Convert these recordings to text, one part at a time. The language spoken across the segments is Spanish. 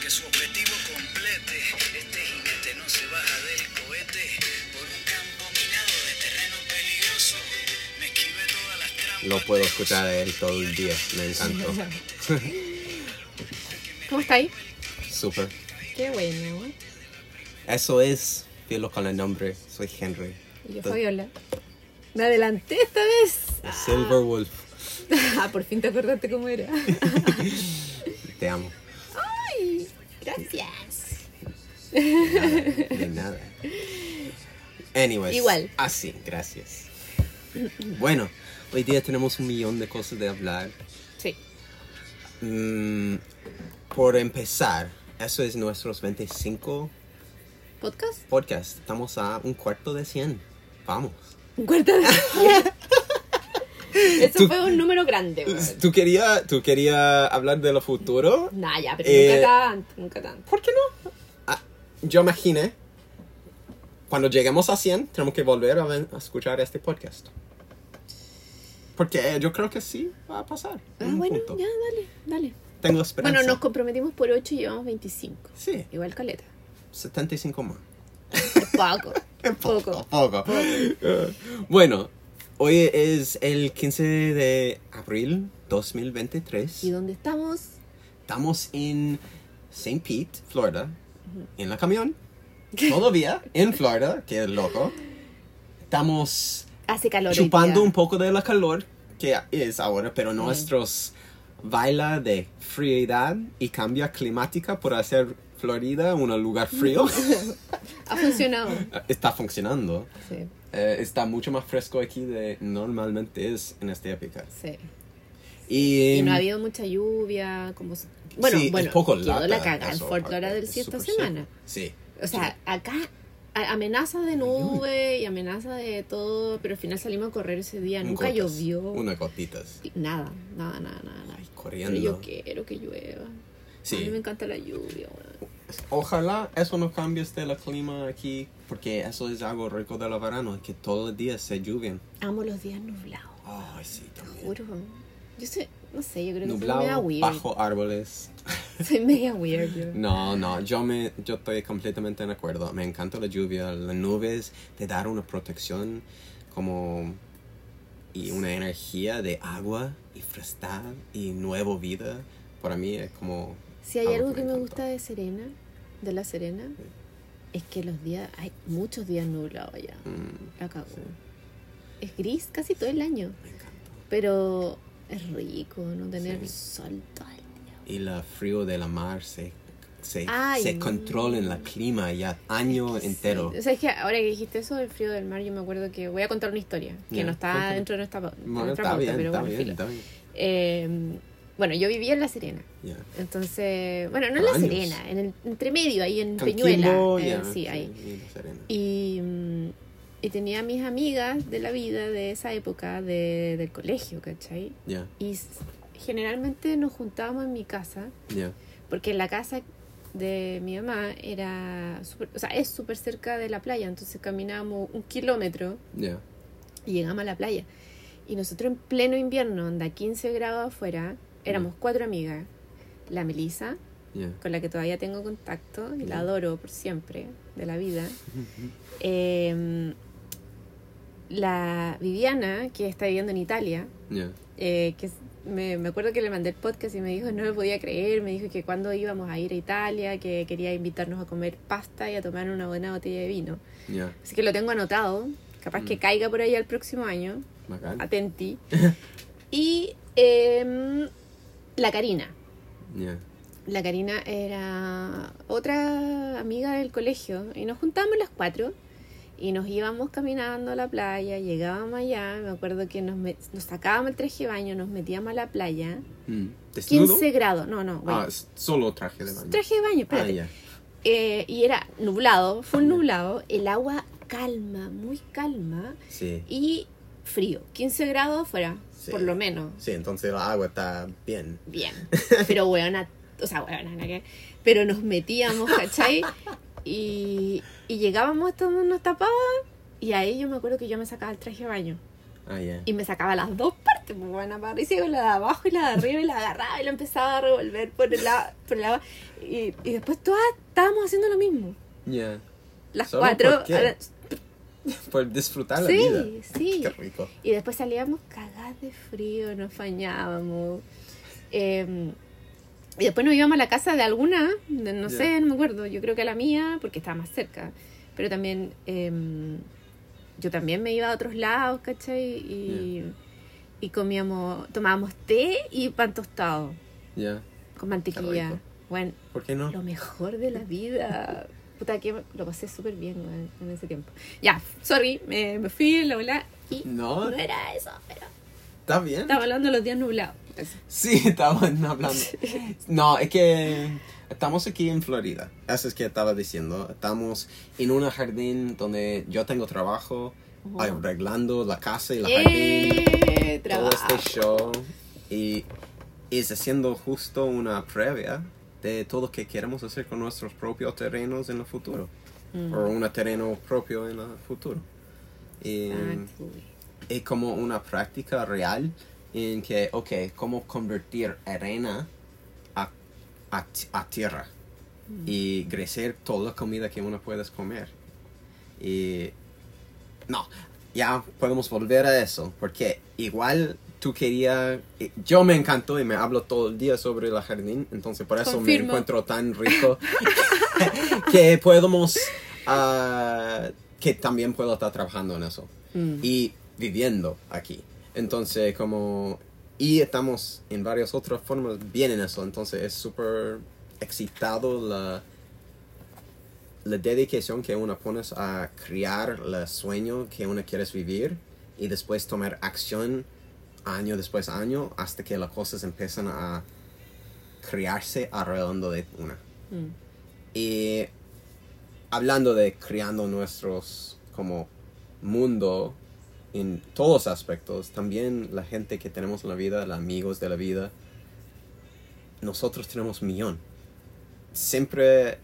que su objetivo complete. Este jinete no se baja del cohete. Por un campo minado de terreno peligroso. Me esquivé todas las trampas. Lo puedo escuchar a él todo el día. Me encantó. ¿Cómo estáis? Súper. Qué bueno. Eso es, filo con el nombre. Soy Henry. Y yo, The- Fabiola. Me adelanté esta vez. The Silver Wolf. Ah, por fin te acordaste cómo era. Te amo. Ay, gracias. De nada. Anyways. Igual. Así, gracias. Bueno, hoy día tenemos 1,000,000 de cosas de hablar. Sí. Por empezar, eso es nuestros 25 ¿Podcast? podcasts. Estamos a 1/4 de 100. Vamos. Un cuarto de... Eso fue un número grande, weón. ¿Tú querías hablar de lo futuro? Nah, ya, pero nunca tanto. ¿Por qué no? Yo imaginé, cuando lleguemos a 100, tenemos que volver a escuchar este podcast. Porque yo creo que sí va a pasar. Ah, en un bueno, punto. ya, dale. Tengo esperanza. Bueno, nos comprometimos por 8 y llevamos 25. Sí, Igual caleta. 75 más. Es poco. Poco. Bueno, hoy es el 15 de abril 2023. ¿Y dónde estamos? Estamos en St. Pete, Florida, en la camión. Todavía en Florida, que loco. Estamos Hace calor. chupando hoy un día. poco de la calor que es ahora, pero nuestros baila de friedad y cambia climática por hacer Florida un lugar frío. Ha funcionado. Está funcionando. Sí, Está mucho más fresco aquí de normalmente es en esta época. sí. Y no ha habido mucha lluvia. Bueno, sí, es poco quedó lata, la cagada en eso, Fort Lauderdale es esta súper semana. seco. Sí. O sea, acá amenaza de nube y amenaza de todo, pero al final salimos a correr ese día. Nunca Gotas, llovió. unas gotitas. Nada. Corriendo. Pero yo quiero que llueva. Sí. A mí me encanta la lluvia, weón. Ojalá eso no cambie el clima aquí, porque eso es algo rico del verano, que todos los días se lluvian. Amo los días nublados. Ay, sí, también. Juro. Yo soy, no sé, yo creo que soy Nublado, media weird. bajo árboles. Soy media weird, yo. No, yo estoy completamente de acuerdo. Me encanta la lluvia, las nubes, te dan una protección como y una energía de agua y frescad y nueva vida. Para mí es como... Si hay algo que me encanta. gusta de La Serena, es que hay muchos días nublados allá. La cagó. Sí. Es gris casi todo el año, Me encanta. pero es rico no tener Sí. sol todo el día. Y el frío de la mar se Ay, controla en el clima ya año entero. Sí. O sea, es que ahora que dijiste eso del frío del mar, yo me acuerdo que voy a contar una historia que Ya, no está cuéntame. dentro de nuestra Bueno, está pauta, bien, pero está bueno, bien, filo. está bien. Bueno, yo vivía en La Serena. Ya. Entonces, bueno, no en Por La años. Serena, en el entremedio, ahí en Coquimbo, Peñuela. ya, Sí, ahí. y La Serena. Y tenía mis amigas de la vida de esa época del colegio, ¿cachai? Ya, Y generalmente nos juntábamos en mi casa, ya. porque la casa de mi mamá es súper cerca de la playa, entonces caminábamos 1 kilómetro Ya. y llegamos a la playa. Y nosotros en pleno invierno, anda 15 grados afuera, éramos 4 amigas. La Melissa, Ya. con la que todavía tengo contacto y la Ya. adoro por siempre, de la vida. La Viviana, que está viviendo en Italia, Ya. me acuerdo que le mandé el podcast y me dijo, no me podía creer, me dijo que cuando íbamos a ir a Italia, que quería invitarnos a comer pasta y a tomar una buena botella de vino. Ya. Así que lo tengo anotado, capaz que caiga por ahí el próximo año, Bacán. atenti. Y la Karina. Ya. La Karina era otra amiga del colegio y nos juntábamos las 4 y nos íbamos caminando a la playa, llegábamos allá, me acuerdo que nos sacábamos el traje de baño, nos metíamos a la playa, ¿Desnudo? 15 grados, no, bueno, Es solo traje de baño. traje de baño, espérate. ya. Y era nublado, full nublado, el agua calma, muy calma Sí. y frío, 15 grados afuera, Sí. por lo menos. Sí, entonces la agua está bien. Bien, pero weona, pero nos metíamos, ¿cachai? Y llegábamos, todos nos tapaban y ahí yo me acuerdo que yo me sacaba el traje de baño Ya. y me sacaba las 2 partes parte, pues buena para y con la de abajo y la de arriba y la agarraba y la empezaba a revolver por el lado. Y después todas estábamos haciendo lo mismo. Ya. Las ¿Solo 4. por qué? Por disfrutar la vida. Sí. Qué rico. Y después salíamos cagadas de frío, nos bañábamos. Y después nos íbamos a la casa de alguna, no sé, no me acuerdo, yo creo que a la mía, porque estaba más cerca. Pero también, yo también me iba a otros lados, ¿cachai? Y tomábamos té y pan tostado. Ya. Con mantequilla. rico. Bueno, ¿Por qué no? lo mejor de la vida. Puta, que lo pasé súper bien, güey, en ese tiempo. Ya, sorry, me fui en la bola y No. no era eso, pero ¿Está bien? estaba hablando de los días nublados. Eso. Sí, estamos hablando. No, es que estamos aquí en Florida. Eso es que estaba diciendo. Estamos en un jardín donde yo tengo trabajo, arreglando la casa y la jardín. Todo este show. Y es haciendo justo una previa de todo lo que queremos hacer con nuestros propios terrenos en el futuro. O un terreno propio en el futuro. Y es como una práctica real en que, cómo convertir arena a tierra y crecer toda la comida que uno puede comer. Y no, ya podemos volver a eso, porque igual tú querías, yo me encantó y me hablo todo el día sobre el jardín, entonces por eso Confirmo. me encuentro tan rico que podemos, que también puedo estar trabajando en eso y viviendo aquí. Entonces, y estamos en varias otras formas bien en eso. Entonces, es súper excitado la dedicación que uno pone a crear el sueño que uno quiere vivir y después tomar acción año después año hasta que las cosas empiezan a crearse alrededor de una. Y hablando de creando nuestros como mundo en todos aspectos, también la gente que tenemos en la vida, los amigos de la vida, nosotros tenemos un millón. Siempre,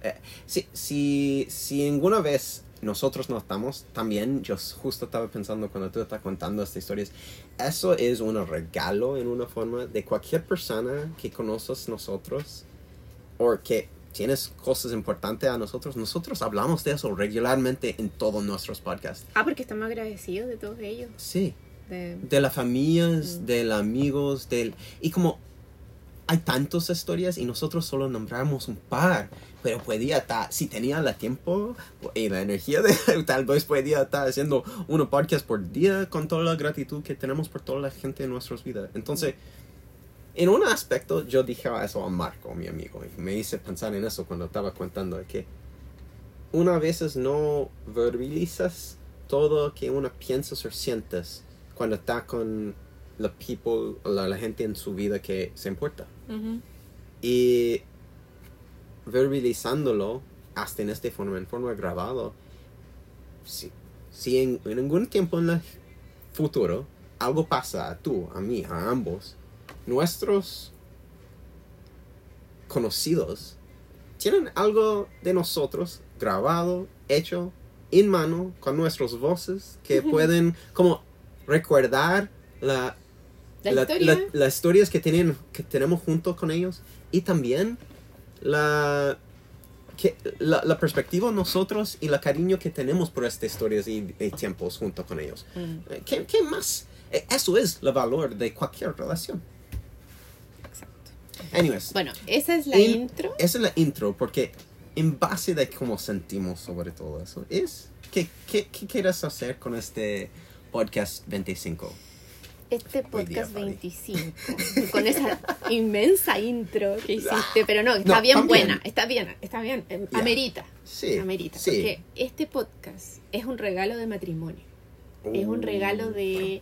si alguna vez nosotros no estamos, también yo justo estaba pensando cuando tú estás contando estas historias, eso es un regalo en una forma de cualquier persona que conoces nosotros o que tienes cosas importantes a nosotros. Nosotros hablamos de eso regularmente en todos nuestros podcasts. Porque estamos agradecidos de todos ellos. Sí. De las familias, de los amigos, y como hay tantas historias y nosotros solo nombramos un par, pero podía estar, si tenía el tiempo y la energía, tal vez podía estar haciendo un podcast por día con toda la gratitud que tenemos por toda la gente en nuestras vidas. Entonces, en un aspecto, yo dije eso a Marco, mi amigo, y me hice pensar en eso cuando estaba contando de que una veces no verbalizas todo lo que uno piensa o sientes cuando está con la gente en su vida que se importa. Y verbalizándolo hasta en forma grabada, si en algún tiempo en el futuro algo pasa a tú, a mí, a ambos, nuestros conocidos tienen algo de nosotros grabado, hecho en mano con nuestras voces que pueden como recordar las historias que tenemos juntos con ellos y también la perspectiva de nosotros y el cariño que tenemos por estas historias y tiempos junto con ellos. ¿Qué más? Eso es el valor de cualquier relación. Exacto. Anyways. Bueno, esa es la intro. Esa es la intro porque en base de cómo sentimos sobre todo eso es ¿qué quieres hacer con este podcast 25? Este Hoy día, podcast Fabi. 25, con esa inmensa intro que hiciste, pero no, está No, bien también. buena, está bien, Yeah. amerita, Sí, amerita, sí. porque este podcast es un regalo de matrimonio, es un regalo de,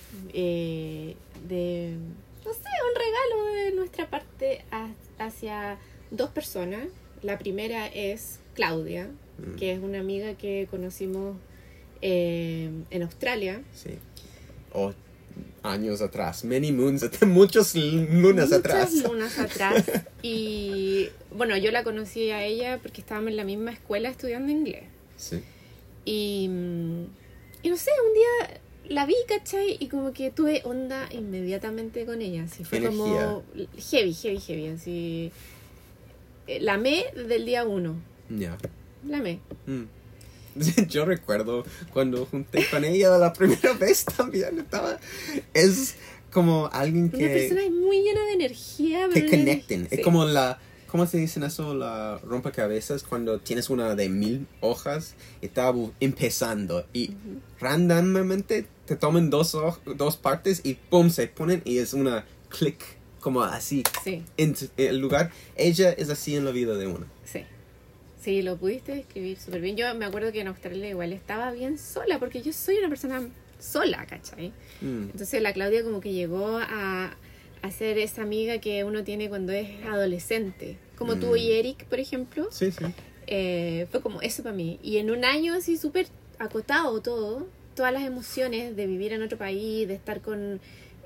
no sé, un regalo de nuestra parte hacia dos personas. La primera es Claudia, que es una amiga que conocimos en Australia. Sí. O años atrás, muchos lunas atrás. Muchas lunas atrás. Y bueno, yo la conocí a ella porque estábamos en la misma escuela estudiando inglés. Sí. Y no sé, un día la vi, ¿cachai? Y como que tuve onda inmediatamente con ella. Así fue Energía. como heavy, así. La amé desde el día 1. Ya. La amé. Yo recuerdo cuando junté con ella la primera vez también. Es como alguien Una persona que muy llena de energía. te pero conecten. sí. Es como ¿cómo se dicen eso? La rompecabezas cuando tienes una de 1000 hojas y está empezando y randommente te toman dos partes y pum, se ponen y es una clic como así Sí, en el lugar. Ella es así en la vida de uno. sí. Sí, lo pudiste describir súper bien. Yo me acuerdo que en Australia igual estaba bien sola, porque yo soy una persona sola, ¿cachai? Entonces la Claudia como que llegó a ser esa amiga que uno tiene cuando es adolescente. Como tú y Eric, por ejemplo. Sí, sí. Fue como eso para mí. Y en un año así súper acotado todo, todas las emociones de vivir en otro país, de estar con,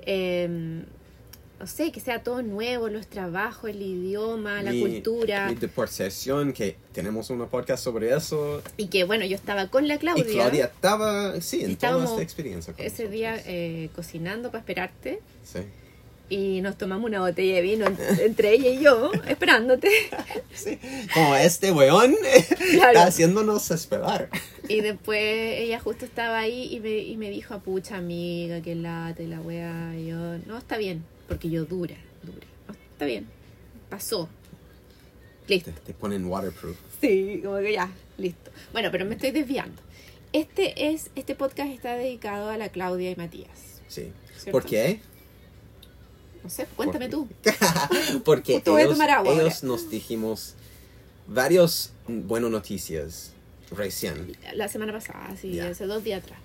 no sé, que sea todo nuevo, los trabajos, el idioma, la cultura. Mi deportación, que tenemos un podcast sobre eso. Y que bueno, yo estaba con la Claudia. Y Claudia estaba, sí, en toda Estábamos esta experiencia. con ese nosotros. día cocinando para esperarte. Sí. Y nos tomamos una botella de vino entre ella y yo, esperándote. Sí. Como este weón Claro. está haciéndonos esperar. Y después ella justo estaba ahí y me dijo, pucha amiga, que late la wea. Y yo, no, está bien, porque yo dura. No, está bien, pasó. Listo. Te ponen waterproof. Sí, como que ya, listo. Bueno, pero me estoy desviando. Este podcast está dedicado a la Claudia y Matías. Sí. ¿Cierto? ¿Por qué? No sé, cuéntame tú. Porque Justo voy a tomar agua ellos ahora. nos dijimos varias buenas noticias recién. La semana pasada, sí, Ya. hace 2 días atrás.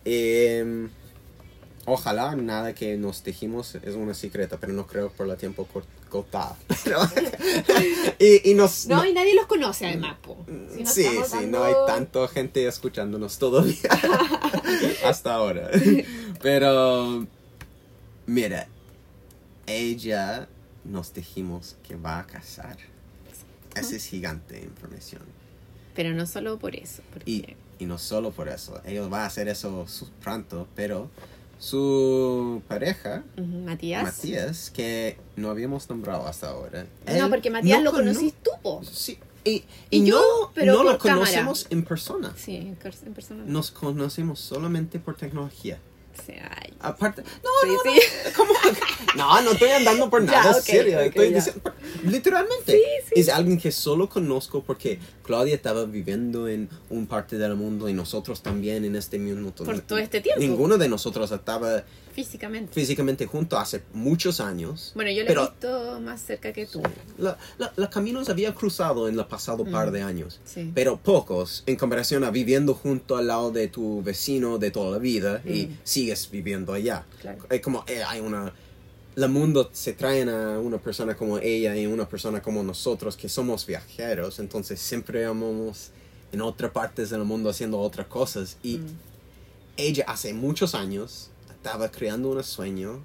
Ojalá nada que nos dijimos es una secreta, pero no creo por la tiempo cortada. y nos... No, y nadie los conoce además, po. Si no Sí, estamos sí, dando- no hay tanta gente escuchándonos todavía hasta ahora. Pero, mira, ella nos dijimos que va a casar. Esa es gigante información. Pero no solo por eso, porque Y no solo por eso, ellos van a hacer eso pronto, pero su pareja, Matías. Matías, que no habíamos nombrado hasta ahora. No, él porque Matías lo cono- conocís tú, po. Sí, y Y yo, no, pero no lo por cámara. conocemos en persona. Sí, en persona. Nos conocemos solamente por tecnología. Sí, ay. Aparte, Sí. ¿cómo? No estoy andando por Ya, nada ok, serio. ok, Estoy ya. diciendo, literalmente. Sí. Es alguien que solo conozco porque Claudia estaba viviendo en un parte del mundo y nosotros también en este minuto. Por todo este tiempo. Ninguno de nosotros estaba Físicamente. físicamente juntos hace muchos años. Bueno, yo lo pero he visto más cerca que tú. los caminos había cruzado en el pasado par de años. Sí. Pero pocos en comparación a viviendo junto al lado de tu vecino de toda la vida y sigues viviendo allá. Claro. Como hay el mundo se traen a una persona como ella y una persona como nosotros que somos viajeros, entonces siempre vamos en otras partes del mundo haciendo otras cosas. Y ella hace muchos años estaba creando un sueño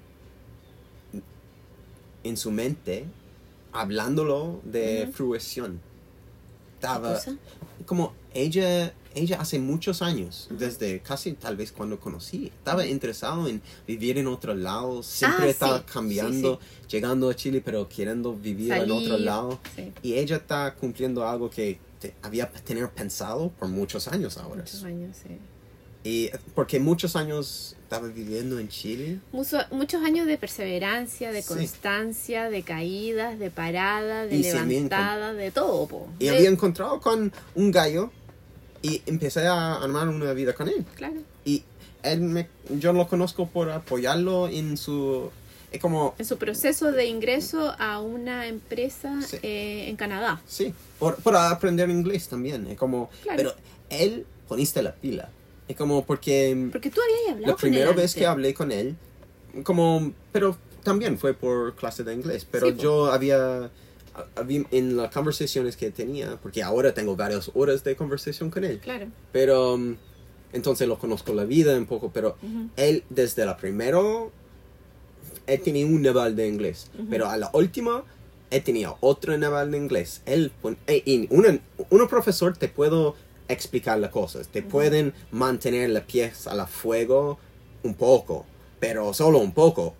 en su mente, hablándolo de fruición. Estaba cosa? como ella hace muchos años, desde casi tal vez cuando conocí, estaba interesado en vivir en otro lado, siempre estaba sí, cambiando, llegando a Chile, pero queriendo vivir en otro Salir, lado. sí. Y ella está cumpliendo algo que había tener pensado por muchos años ahora. Muchos años, sí. Y porque muchos años estaba viviendo en Chile. Muchos años de perseverancia, de Sí. constancia, de caídas, de paradas, de Y se había levantadas, de todo, po. Y había encontrado con un gallo y empecé a armar una vida con él. Claro. Y yo lo conozco por apoyarlo en su... Es como... En su proceso de ingreso a una empresa Sí. en Canadá. Sí, por aprender inglés también. Es como... Claro. Pero él poniste la pila. Es como porque... Porque tú habías hablado La con él primera vez antes. que hablé con él, como... Pero también fue por clase de inglés. Pero Sí, po. yo había en las conversaciones que tenía, porque ahora tengo varias horas de conversación con él. Claro. Pero entonces lo conozco la vida un poco, pero él desde la primera, él tenía un nivel de inglés, pero a la última, él tenía otro nivel de inglés. Y un profesor te puede explicar las cosas, te pueden mantener los pies al fuego un poco, pero solo un poco.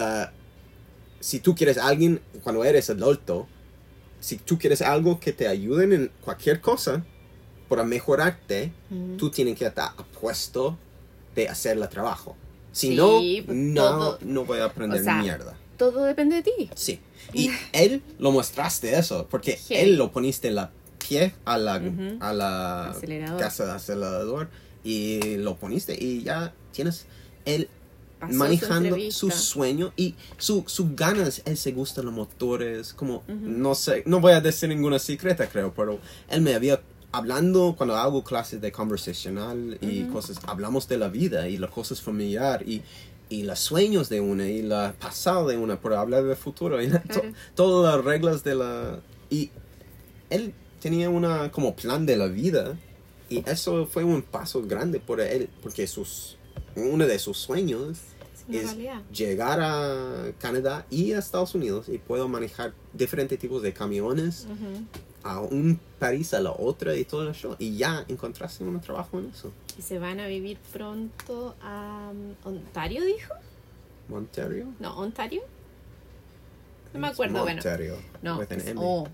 Si tú quieres a alguien, cuando eres adulto, si tú quieres algo que te ayude en cualquier cosa para mejorarte, tú tienes que estar apuesto de hacer el trabajo. Si Sí, no, pues, no voy a aprender o sea, mierda. Todo depende de ti. Sí. Y él lo mostraste eso, porque Sí. él lo poniste la pie a la Acelerador. casa de acelerador y lo poniste y ya tienes él Pasó su manejando entrevista. su sueño y su ganas. Él se gustan los motores, como no sé, no voy a decir ninguna secreta creo, pero él me había hablando cuando hago clases de conversacional y cosas, hablamos de la vida y las cosas familiares y los sueños de una y la pasado de una, por hablar del futuro y Claro. todas las reglas de la... Y él tenía una como plan de la vida y eso fue un paso grande por él, porque uno de sus sueños una es realidad. llegar a Canadá y a Estados Unidos y puedo manejar diferentes tipos de camiones a un país a la otra y todo eso y ya encontraste un trabajo en eso. Y se van a vivir pronto a Ontario, dijo. Ontario. No, Ontario. No me acuerdo, bueno. Ontario. No. With an M. Oh.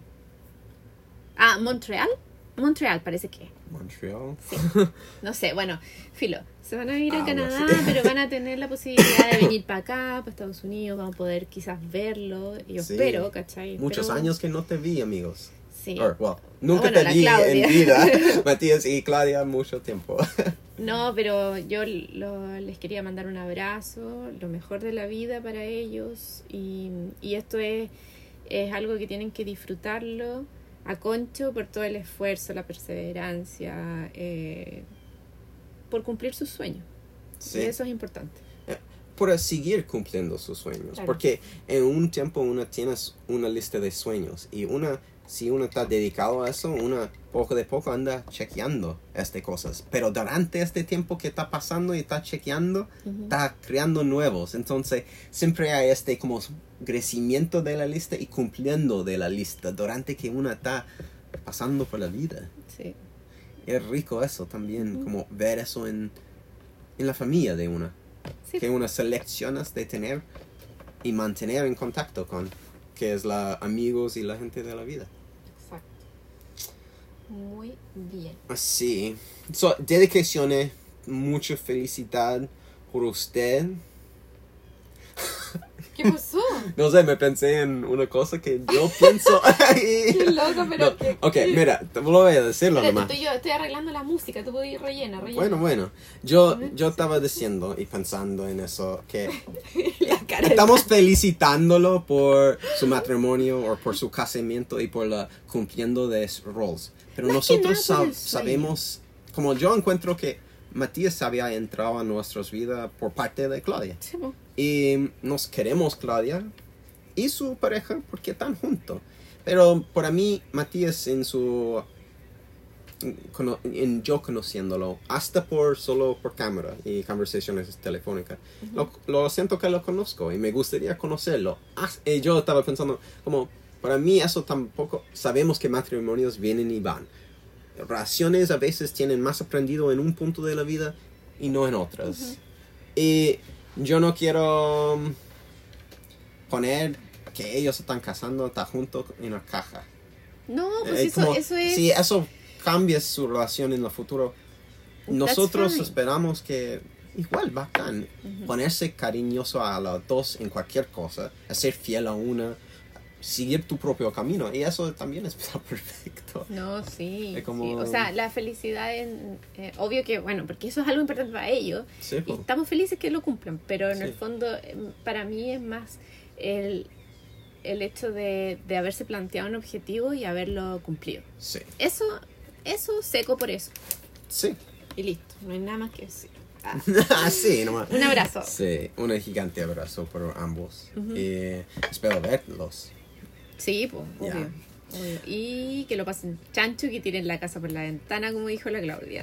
Montreal. Montreal parece que. Montreal. No sé, bueno, filo. Se van a ir a Algo Canadá, así. pero van a tener la posibilidad de venir para acá, para Estados Unidos. Vamos a poder quizás verlo. Y yo Sí. espero, ¿cachai? Muchos Espero- años que no te vi, amigos. Sí. Nunca bueno, te la vi Claudia. en vida. Matías y Claudia, mucho tiempo. No, pero yo les quería mandar un abrazo, lo mejor de la vida para ellos. Y esto es algo que tienen que disfrutarlo a concho por todo el esfuerzo, la perseverancia, por cumplir sus sueños. Sí. Y eso es importante. Por seguir cumpliendo sus sueños. Claro. Porque en un tiempo uno tienes una lista de sueños y si uno está dedicado a eso, uno poco de poco anda chequeando estas cosas. Pero durante este tiempo que está pasando y está chequeando, está creando nuevos. Entonces siempre hay este como crecimiento de la lista y cumpliendo de la lista durante que uno está pasando por la vida. Sí. Es rico eso también, como ver eso en la familia de una. Sí. Que unas selecciones de tener y mantener en contacto con, que es los amigos y la gente de la vida. Exacto. Muy bien. Así. Dedicaciones, mucha felicidad por usted. ¿Qué pasó? No sé, me pensé en una cosa que yo pienso. Qué loco, pero No, que... ok, mira, te lo voy a decirlo Espérate, nomás. yo estoy arreglando la música, tú puedes ir rellena. Bueno, yo estaba diciendo y pensando en eso, que La cara de- estamos felicitándolo por su matrimonio o por su casamiento y por la cumpliendo de sus roles. Pero Más que nosotros nada por el sueño. sabemos, como yo encuentro que Matías había entrado a nuestras vidas por parte de Claudia. Sí, po. Y nos queremos Claudia y su pareja porque están juntos. Pero para mí, Matías en yo conociéndolo, hasta solo por cámara y conversaciones telefónicas, lo siento que lo conozco y me gustaría conocerlo. Y yo estaba pensando, como, para mí eso tampoco, sabemos que matrimonios vienen y van. Relaciones a veces tienen más aprendido en un punto de la vida y no en otras. Y yo no quiero poner que ellos están casando, están juntos en una caja. No, pues Como, eso es... si eso cambia su relación en el futuro, nosotros fine. esperamos que igual bacán ponerse cariñoso a los dos en cualquier cosa, ser fiel a una, seguir tu propio camino, y eso también está perfecto. No, sí, Es como- sí. O sea, la felicidad obvio que, bueno, porque eso es algo importante para ellos. Sí, Y po. estamos felices que lo cumplan, pero en Sí. el fondo, para mí es más el hecho de haberse planteado un objetivo y haberlo cumplido. Sí, Eso seco por eso. sí. Y listo, no hay nada más que decir. Ah, Sí, nomás. un abrazo. Sí, un gigante abrazo por ambos. Y espero verlos. Sí, pues, Ya. obvio. Y que lo pasen chancho y que tiren la casa por la ventana, como dijo la Claudia.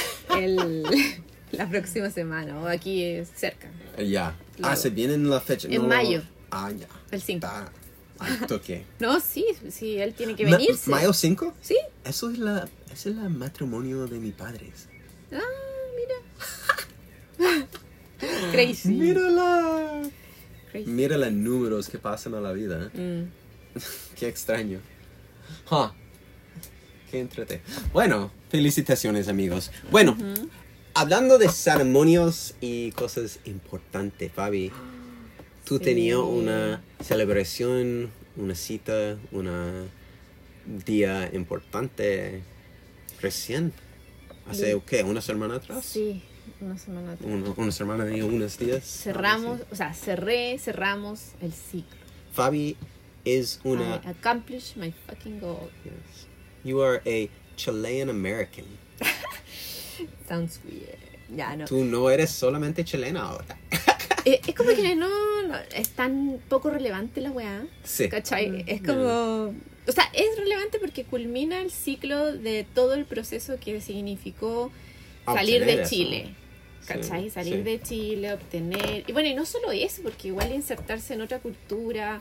La próxima semana, o aquí cerca. Ya. Luego. Se vienen la fecha. En mayo. Ya. El 5. Está al toque. No, sí, él tiene que venirse. ¿Mayo 5? Sí. Eso es el matrimonio de mis padres. Ah, mira. Crazy. Mírala. Crazy. Mira los números que pasan a la vida. Qué extraño. Huh. Qué entrete. Bueno, felicitaciones, amigos. Bueno, hablando de ceremonias y cosas importantes, Fabi, tú Sí. tenías una celebración, una cita, un día importante recién. ¿Hace qué? ¿Una semana atrás? Sí, una semana atrás. Una semana y unos días. Cerramos el ciclo. Fabi es una... I accomplished my fucking goal. Yes. You are a Chilean American. Sounds weird. Ya, no. Tú no eres solamente chilena ahora. Es como que no es tan poco relevante la weá. Sí. ¿Cachai? Es como... O sea, es relevante porque culmina el ciclo de todo el proceso que significó salir Obtener de eso. Chile. ¿Cachai? Sí, Salir sí. de Chile, obtener... Y bueno, y no solo eso, porque igual insertarse en otra cultura...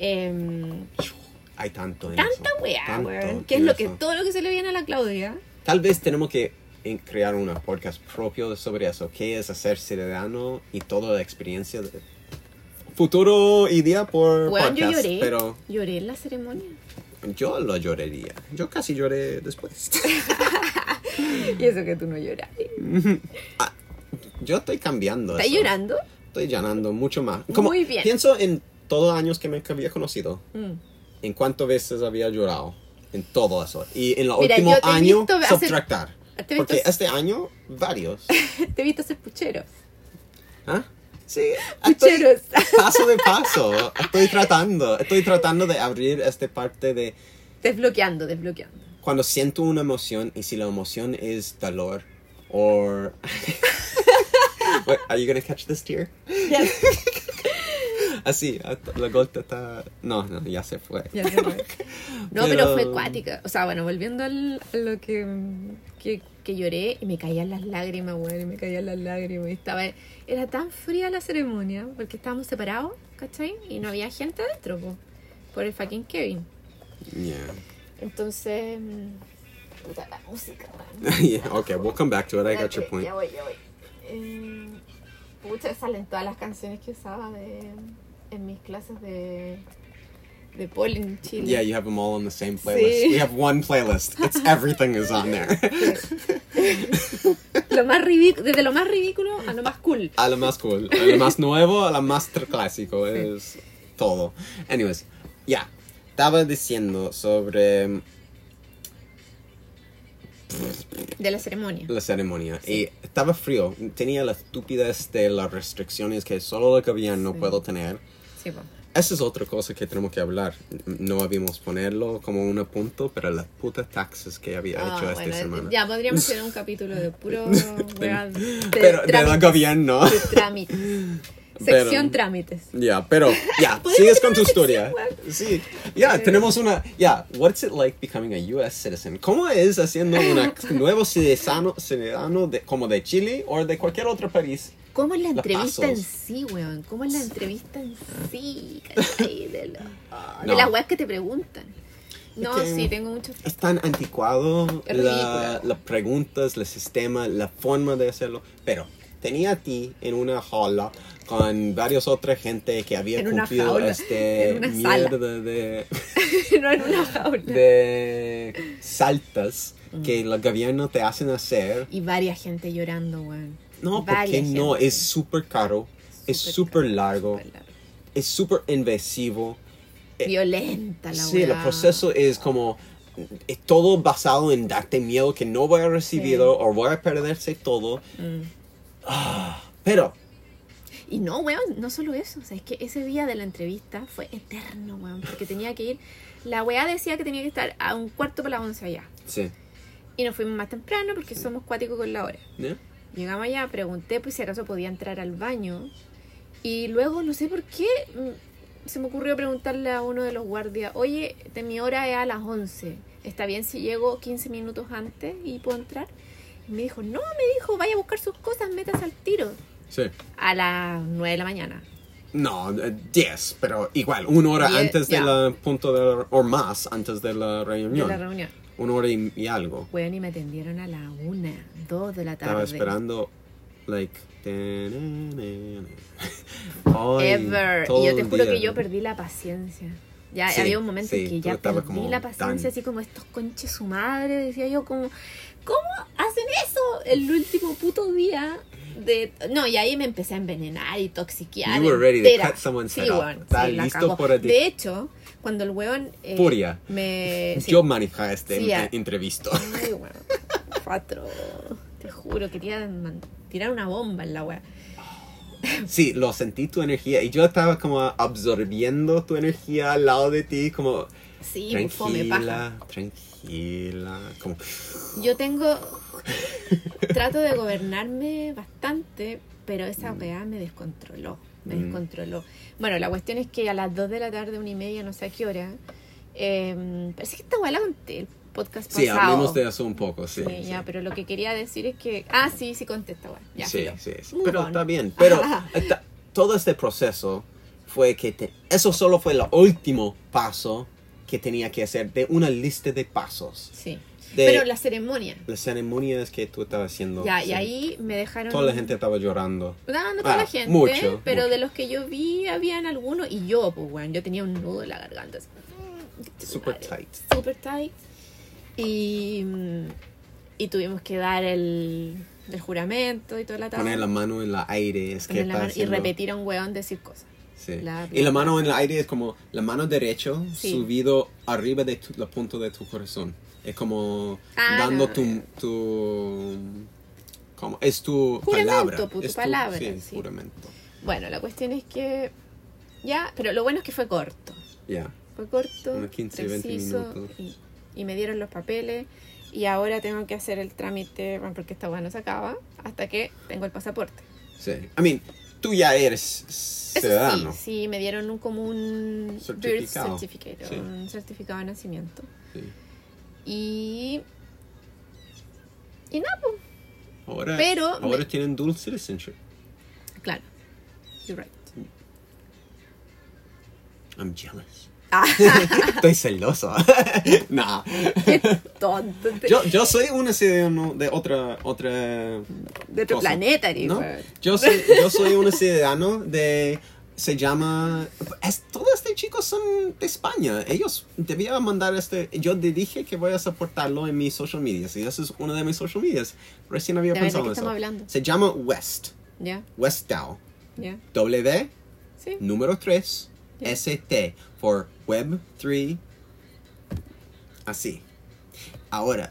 Hay tanto en tanta eso. weá, Tanto weón. Que es en lo que eso. todo lo que se le viene a la Claudia. Tal vez tenemos que crear un podcast propio sobre eso. ¿Qué es ser ciudadano y toda la experiencia de futuro y día por Weón, yo podcast? lloré. Pero Lloré en la ceremonia. yo lo lloraría. Yo casi lloré después. Y eso que tú no lloras. Yo estoy cambiando. ¿Estás eso. llorando? Estoy llenando mucho más. Muy bien. Pienso en todos los años que me había conocido. Mm. En cuántas veces había llorado. En todo eso. Y en los Mira, últimos yo te he años, visto hacer- subtractar. te he visto Porque hacer- este año, varios. Te he visto ser puchero. ¿Ah? Sí. Pucheros. Paso de paso. Estoy tratando de abrir esta parte de Desbloqueando. cuando siento una emoción y si la emoción es dolor o... Wait, are you gonna catch this tear? Yes. Así, la gota está... No, ya se fue. Ya se fue. No, pero fue acuática. O sea, bueno, volviendo a lo que lloré y me caían las lágrimas, güey, y era tan fría la ceremonia porque estábamos separados, ¿cachai? Y no había gente adentro, por el fucking Kevin. Yeah. Entonces, puta la música, güey. Yeah, okay, we'll come back to it. I got your point. Ya voy. Pucha, salen todas las canciones que usaba en mis clases de pole en Chile. Yeah, you have them all on the same playlist. Sí. We have one playlist. It's everything is on there. Lo más ridículo, desde lo más ridículo a lo más cool. A lo más cool, a lo más nuevo, a lo más clásico, Sí. es todo. Anyways, ya, estaba diciendo sobre De la ceremonia. la ceremonia Sí. y estaba frío, tenía la estupidez de las restricciones que solo el gobierno Sí. puede tener. Sí, po. Esa es otra cosa que tenemos que hablar. No habíamos ponerlo como un punto, pero las putas taxes que había hecho esta semana. Ya podríamos hacer un capítulo de puro wea de Pero del trámites, gobierno. de trámites. Pero- Sección trámites. Ya, pero, ya, Podemos sigues hacer con tu una historia. sección, Sí, ya, tenemos una, ya, what's it like becoming a US citizen? ¿Cómo es haciendo un nuevo ciudadano de, como de Chile o de cualquier otro país? ¿Cómo es la Los entrevista pasos. en sí, weón? ¿Cómo es la entrevista en sí? ¿Cachai? De No. las weas que te preguntan. No, que- sí, tengo mucho... Es tan anticuado Es ridícula. las preguntas, el sistema, la forma de hacerlo, pero tenía a ti en una jaula con varios otra gente que había En una cumplido jaula, este en una sala. mierda de... no en una jaula. de saltas que el gobierno te hacen hacer. Y varias gente llorando, weón. No, porque Varias no, gente. es súper caro, es súper largo, Súper largo. es súper invasivo. Violenta la Sí, weá. el proceso es como, es todo basado en darte miedo que no voy a recibirlo o voy a perderse todo. Pero, Y no, weón, no solo eso. O sea, es que ese día de la entrevista fue eterno, weón. Porque tenía que ir... La weá decía que tenía que estar a 11:45 allá. sí. Y nos fuimos más temprano porque somos cuáticos con la hora. ¿no? Llegamos allá, pregunté pues si acaso podía entrar al baño. Y luego, no sé por qué, se me ocurrió preguntarle a uno de los guardias, oye, mi hora es a las 11. ¿Está bien si llego 15 minutos antes y puedo entrar? Y me dijo, vaya a buscar sus cosas, métase al tiro. Sí. A las 9 de la mañana. No, 10, pero igual, una hora 10, antes ya. del punto de o más antes de la reunión. De la reunión. Una hora y algo. Weón, y me atendieron a la 1, 2 de la tarde. Estaba esperando like... Ay, Ever. todo Y yo te el juro día. que yo perdí la paciencia. Ya Sí, había un momento sí, en que tú ya estabas perdí como la paciencia, tan- así como estos conches su madre, decía yo como, ¿cómo hacen eso el último puto día? No, y ahí me empecé a envenenar y toxiquear. You were ready to entera. cut someone's Sí, head off. weón, Estás sí, la listo cagó. por el- De hecho, cuando el weón Furia. sí. Yo manejé este Sí, entrevisto. Ay, weón, cuatro. Te juro, quería tirar una bomba en la wea. Sí, lo sentí tu energía y yo estaba como absorbiendo tu energía al lado de ti, como Sí, pues, fome, paja. tranquila, como Yo trato de gobernarme bastante, pero esa weá me descontroló. Bueno, la cuestión es que a las 2 de la tarde, 1:30, no sé a qué hora, parece que esta weá la conté el podcast sí, pasado. hablemos de eso un poco, sí. Sí, ya, pero lo que quería decir es que... sí contesta, weá. Ya, Sí, filo. sí. Move Pero on. está bien. Pero todo este proceso fue que eso solo fue el último paso que tenía que hacer de una lista de pasos. Sí. De Pero la ceremonia. las ceremonias que tú estabas haciendo. Ya, sí. y ahí me dejaron... Toda la gente estaba llorando. No toda la gente, mucho, pero mucho. de los que yo vi, habían algunos, y yo, pues, bueno, yo tenía un nudo en la garganta. Así, Super madre, tight. Super tight. Y tuvimos que dar el juramento y toda la tabla. Poner la mano en el aire. Es que está y haciendo... repetir a un weón decir cosas. Sí. Bla, bla, Y la bla. mano en el aire es como la mano derecha Sí. subido arriba de la punta de tu corazón. Es como dando no, tu como es tu Juramento, palabra. pues, tu Es palabra, sí, sí. juramento. Bueno, la cuestión es que... Ya, pero lo bueno es que fue corto. Ya. Fue corto, Unos 15, 20 preciso, minutos. y me dieron los papeles. Y ahora tengo que hacer el trámite, bueno, porque esta weá no se acaba, hasta que tengo el pasaporte. Sí. I mean, tú ya eres Eso ciudadano. sí, me dieron como un Certificado. birth certificate, Sí. un certificado de nacimiento. Sí. Y nada, pues, Ahora, Pero ahora tienen dual citizenship. claro. You're right. I'm jealous. Ah, Estoy celoso. Nah. qué tonto. Yo soy un ciudadano de otra De otro cosa. planeta, eres, ¿No? weón. Yo soy un ciudadano de... Se llama... todos estos chicos son de España. Ellos debían mandar Yo te dije que voy a soportarlo en mis social medias. Y eso es uno de mis social medias. Recién había ¿De verdad pensado que en eso. estamos hablando? Se llama West. Ya, Westdow. ya. W, Sí. número 3, Ya. ST. For Web 3. Así. Ahora.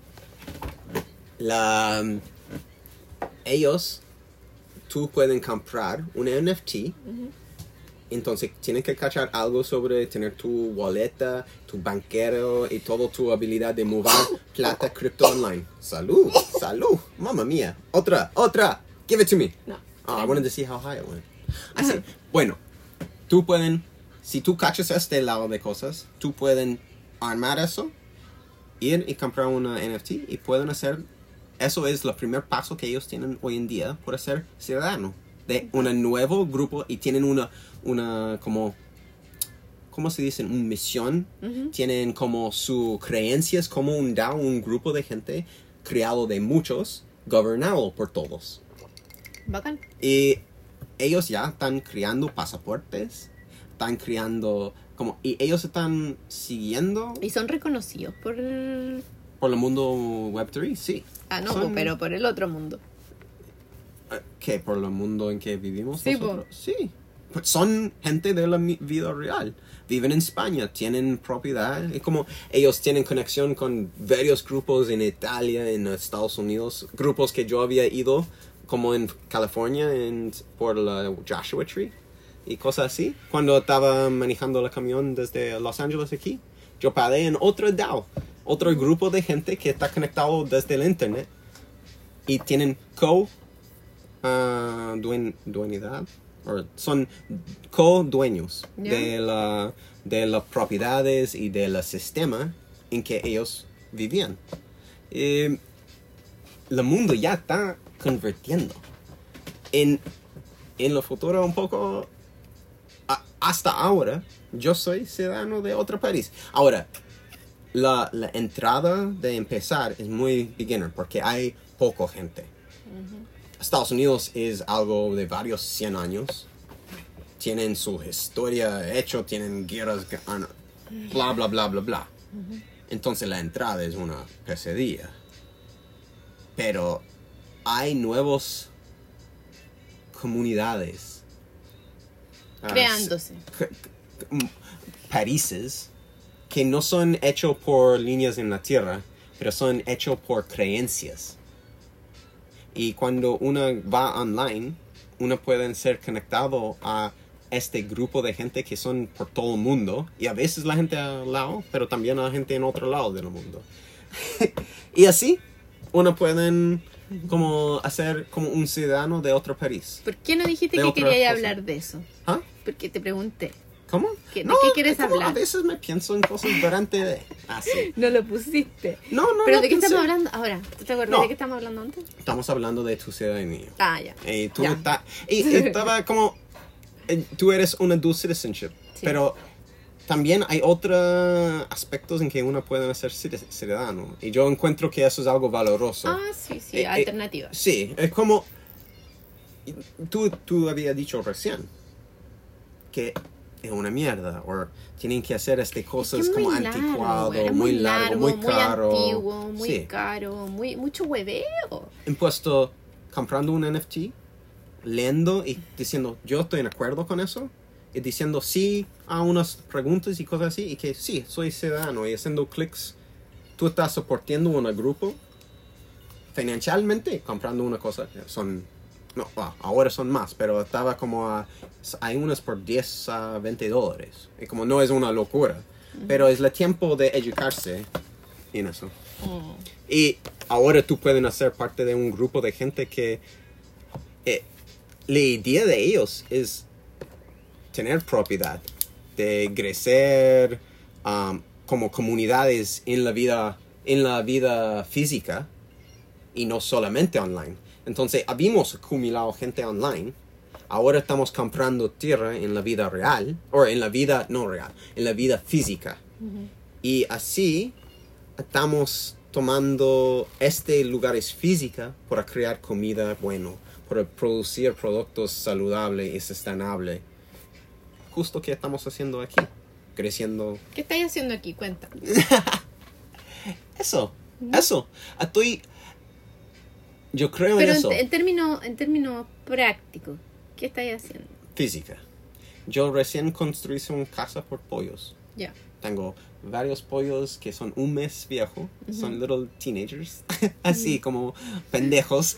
Ellos... Tú pueden comprar un NFT. Entonces tienen que cachar algo sobre tener tu wallet, tu banquero y toda tu habilidad de mover plata cripto online. Salud, salud, mamma mía. Otra. Give it to me. No. I wanted to see how high it went. Así. Bueno, tú pueden, si tú cachas este lado de cosas, tú pueden armar eso, ir y comprar una NFT y pueden hacer. Eso es el primer paso que ellos tienen hoy en día para ser ciudadano de un nuevo grupo y tienen una como, ¿cómo se dice? Una misión. Tienen como sus creencias como un DAO, un grupo de gente creado de muchos, gobernado por todos. Bacán. Y ellos ya están creando pasaportes, están creando y ellos están siguiendo Y son reconocidos por... por el mundo Web3, sí. no, Son- pero por el otro mundo. ¿Qué? ¿Por el mundo en que vivimos Sí, nosotros? Sí. Pues son gente de la vida real. Viven en España, tienen propiedad. Es como ellos tienen conexión con varios grupos en Italia, en Estados Unidos. Grupos que yo había ido, como en California, por la Joshua Tree y cosas así. Cuando estaba manejando el camión desde Los Ángeles aquí, yo paré en otro DAO. Otro grupo de gente que está conectado desde el internet. Y tienen dueñidad, o son co-dueños Yeah. de las propiedades y del sistema en que ellos vivían. El mundo ya está convirtiendo. En el futuro un poco, hasta ahora, yo soy ciudadano de otro país. Ahora, la entrada de empezar es muy beginner porque hay poca gente. Estados Unidos es algo de varios 100 años. Tienen su historia hecho, tienen guerras, bla, bla, bla, bla, bla. Entonces la entrada es una pesadilla. Pero hay nuevas comunidades. Creándose. Países que no son hechos por líneas en la tierra, pero son hechos por creencias. Y cuando uno va online, uno puede ser conectado a este grupo de gente que son por todo el mundo. Y a veces la gente al lado, pero también la gente en otro lado del mundo. Y así, uno puede como hacer como un ciudadano de otro país. ¿Por qué no dijiste De que otra querías cosa. hablar de eso? ¿Ah? Porque te pregunté. ¿Cómo? ¿De qué quieres como hablar? A veces me pienso en cosas durante... Así. No lo pusiste. No, ¿Pero no de qué pensé. estamos hablando ahora? ¿Tú te acuerdas No. de qué estamos hablando antes? Estamos hablando de tu ciudadanía. Ah, ya. Y tú Ya. y estaba como... Tú eres una dual citizenship. Sí. Pero también hay otros aspectos en que uno puede ser ciudadano. Y yo encuentro que eso es algo valoroso. Ah, sí, alternativa. Sí, es como... Tú habías dicho recién que es una mierda. O tienen que hacer cosas Es que es como muy largo, anticuado, güey, es muy largo, muy caro. Muy antiguo, muy Sí. caro, mucho hueveo. He puesto comprando un NFT, leyendo y diciendo yo estoy en acuerdo con eso y diciendo sí a unas preguntas y cosas así y que sí, soy ciudadano y haciendo clics. Tú estás soportando un grupo financieramente comprando una cosa. Ahora son más, pero estaba como hay unas por 10 a 20 dólares. Y como no es una locura, pero es el tiempo de educarse en eso. Y ahora tú puedes hacer parte de un grupo de gente que la idea de ellos es tener propiedad, de crecer como comunidades en la vida física y no solamente online. Entonces, habíamos acumulado gente online. Ahora estamos comprando tierra en la vida real, o en la vida no real, en la vida física. Y así estamos tomando lugares físicos para crear comida bueno, para producir productos saludables y sostenibles. Justo que estamos haciendo aquí, creciendo. ¿Qué estáis haciendo aquí? Cuenta. Eso. Yo creo Pero en eso. en términos prácticos, ¿qué estáis haciendo? Física. Yo recién construí una casa por pollos. Ya. Tengo varios pollos que son un mes viejo. Son little teenagers. Así como pendejos.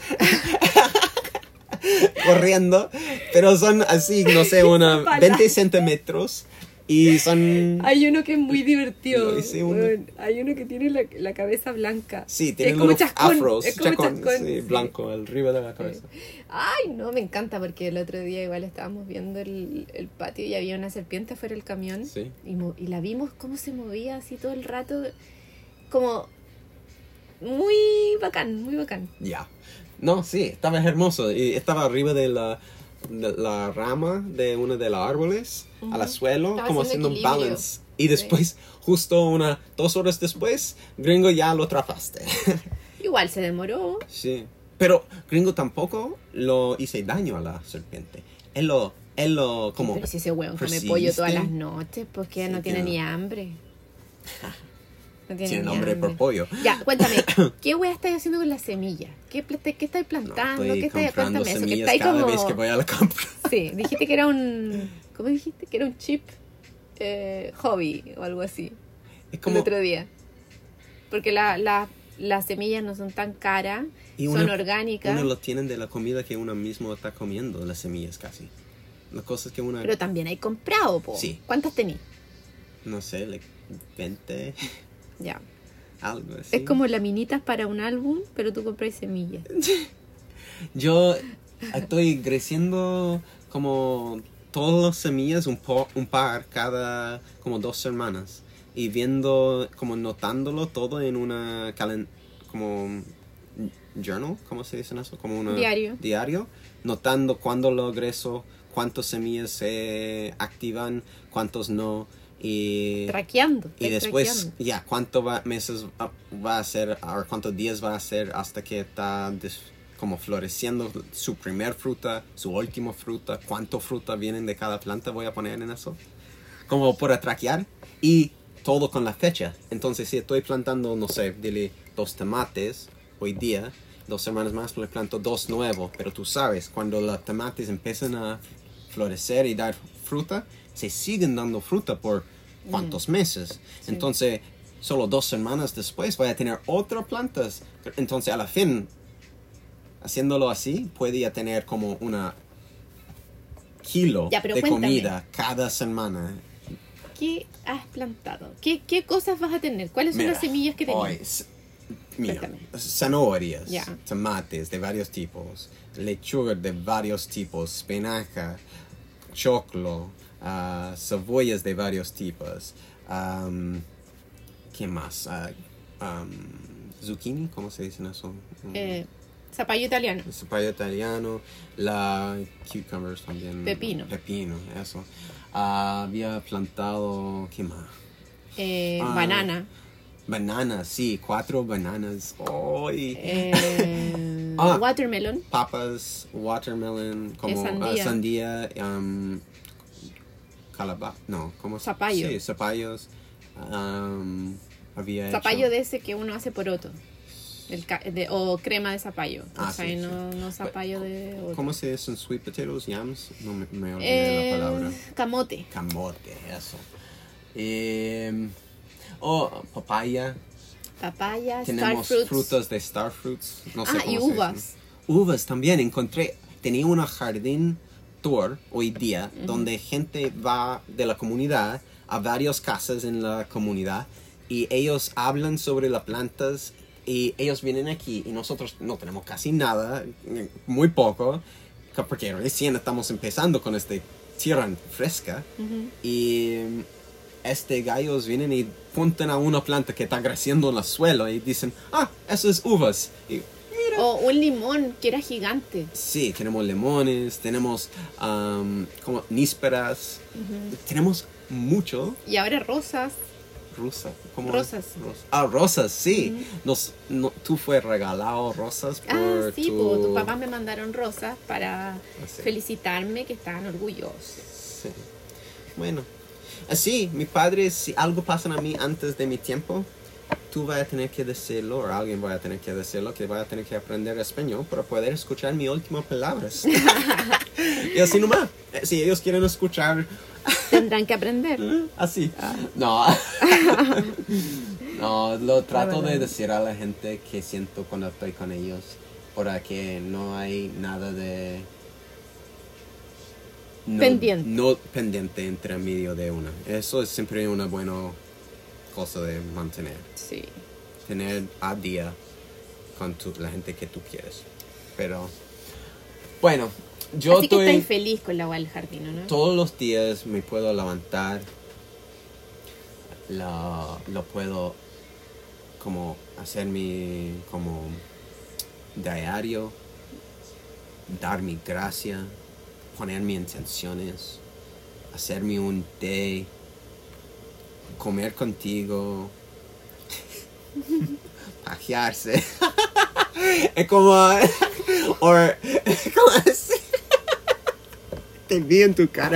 Corriendo. Pero son así, no sé, Esa 20 centímetros. Y son... Hay uno que es muy divertido. Lo hice uno. Bueno, hay uno que tiene la cabeza blanca. Sí, tienen es como unos chascón, afros. es como chascón, chascón, sí, sí. blanco, arriba de la cabeza. Ay, no, me encanta porque el otro día igual estábamos viendo el patio y había una serpiente afuera del camión. Sí. Y la vimos cómo se movía así todo el rato. Como muy bacán, muy bacán. Ya. No, sí, estaba hermoso. Y estaba arriba de la rama de uno de los árboles, a la suelo, Estaba como haciendo haciendo equilibrio. balance. Y después, justo 2 horas después, Gringo ya lo atrapaste. Igual se demoró. Sí. Pero Gringo tampoco lo hice daño a la serpiente. Él lo como... Pero si ese hueón come persiste. pollo todas las noches, pues que Sí, no tiene tiene- ni hambre. No Tiene ni nombre por pollo. Ya, cuéntame, ¿qué hueá estáis haciendo con las semillas? ¿Qué estáis No, plantando? estoy ¿Qué estáis? comprando Cuéntame eso, que semillas estáis cada como... vez que voy a la compra. Sí, dijiste que era un... ¿Cómo dijiste? Que era un chip hobby o algo así. Es El como... otro día. Porque las semillas no son tan caras, Y son orgánicas, Uno lo tienen de la comida que uno mismo está comiendo, las semillas casi. Las cosas que uno... pero también hay comprado, po. Sí. ¿Cuántas tenís? No sé, 20, Ya. algo así. Es como laminitas para un álbum, pero tú compras semillas. Yo estoy creciendo como todas las semillas, un par cada como 2 semanas. Y viendo, como notándolo todo en una como journal, ¿cómo se dice eso? Como un diario. Notando cuándo lo egreso, cuántas semillas se activan, cuántos no. Y Traqueando. y después, cuántos meses va a ser, o cuántos días va a ser hasta que está como floreciendo su primer fruta, su última fruta, cuánto fruta vienen de cada planta voy a poner en eso. Como para traquear y todo con la fecha. Entonces si estoy plantando, no sé, dile 2 tomates hoy día, 2 semanas más le planto 2 nuevos. Pero tú sabes, cuando los tomates empiezan a florecer y dar fruta, se siguen dando fruta por cuántos meses. Sí. Entonces solo 2 semanas después voy a tener otras plantas. Entonces a la fin, haciéndolo así, puede ya tener como una kilo Ya, pero de cuéntame. comida cada semana. ¿Qué has plantado? ¿Qué cosas vas a tener? ¿Cuáles son Mira, las semillas que hoy, tenías? mira, Cuéntame. zanahorias, Ya. tomates de varios tipos, lechuga de varios tipos, espinaca, choclo, cebollas de varios tipos. ¿Qué más? Zucchini, ¿cómo se dice eso? Zapallo italiano. Zapallo italiano, la cucumbers también. Pepino. Pepino, eso. Había plantado, ¿qué más? Banana. Bananas, sí, 4 bananas. ¡Ay! Watermelon. Papas, watermelon, como Sandía. sandía, no, ¿cómo se Zapallo. Sí, zapallos. Había Zapallo hecho- de ese que uno hace poroto. O crema de zapallo. Ah, o sea, sí, no zapallo de otro. ¿Cómo se dicen sweet potatoes, yams? No me olvidé la palabra. Camote. Camote, eso. Papaya. Papaya, Tenemos starfruits. frutas de starfruits. No sé cómo Y se uvas. dicen. Uvas también. Tenía un jardín tour hoy día donde gente va de la comunidad a varias casas en la comunidad y ellos hablan sobre las plantas y ellos vienen aquí y nosotros no tenemos casi nada, muy poco, porque recién estamos empezando con esta tierra fresca y gallos vienen y puntan a una planta que está creciendo en el suelo y dicen, eso es uvas. Y, O un limón que era gigante. sí, tenemos limones, tenemos como nísperas, tenemos mucho. Y ahora rosas. Rosas. Rosas. Rosas, sí. Tú fue regalado rosas por Sí, tu papá me mandaron rosas para sí. felicitarme que estaban orgullosos. Sí. Bueno, así, mi padre, si algo pasa a mí antes de mi tiempo, tú vas a tener que decirlo, o alguien va a tener que decirlo, que va a tener que aprender español para poder escuchar mis últimas palabras. Y así nomás, si ellos quieren escuchar Tendrán que aprender. así. No. No, lo trato de decir a la gente que siento cuando estoy con ellos, para que no hay nada de Pendiente. No pendiente entre medio de una. Eso es siempre una buena cosa de mantener. Sí. Tener a día con la gente que tú quieres. Pero, bueno, yo Así que estoy... estáis feliz con la agua del jardín, ¿no? Todos los días me puedo levantar, lo puedo como hacer mi como diario, dar mi gracia, poner mis intenciones, hacerme un té, comer contigo, pajearse. Es como... ¿Cómo así? Te vi en tu cara.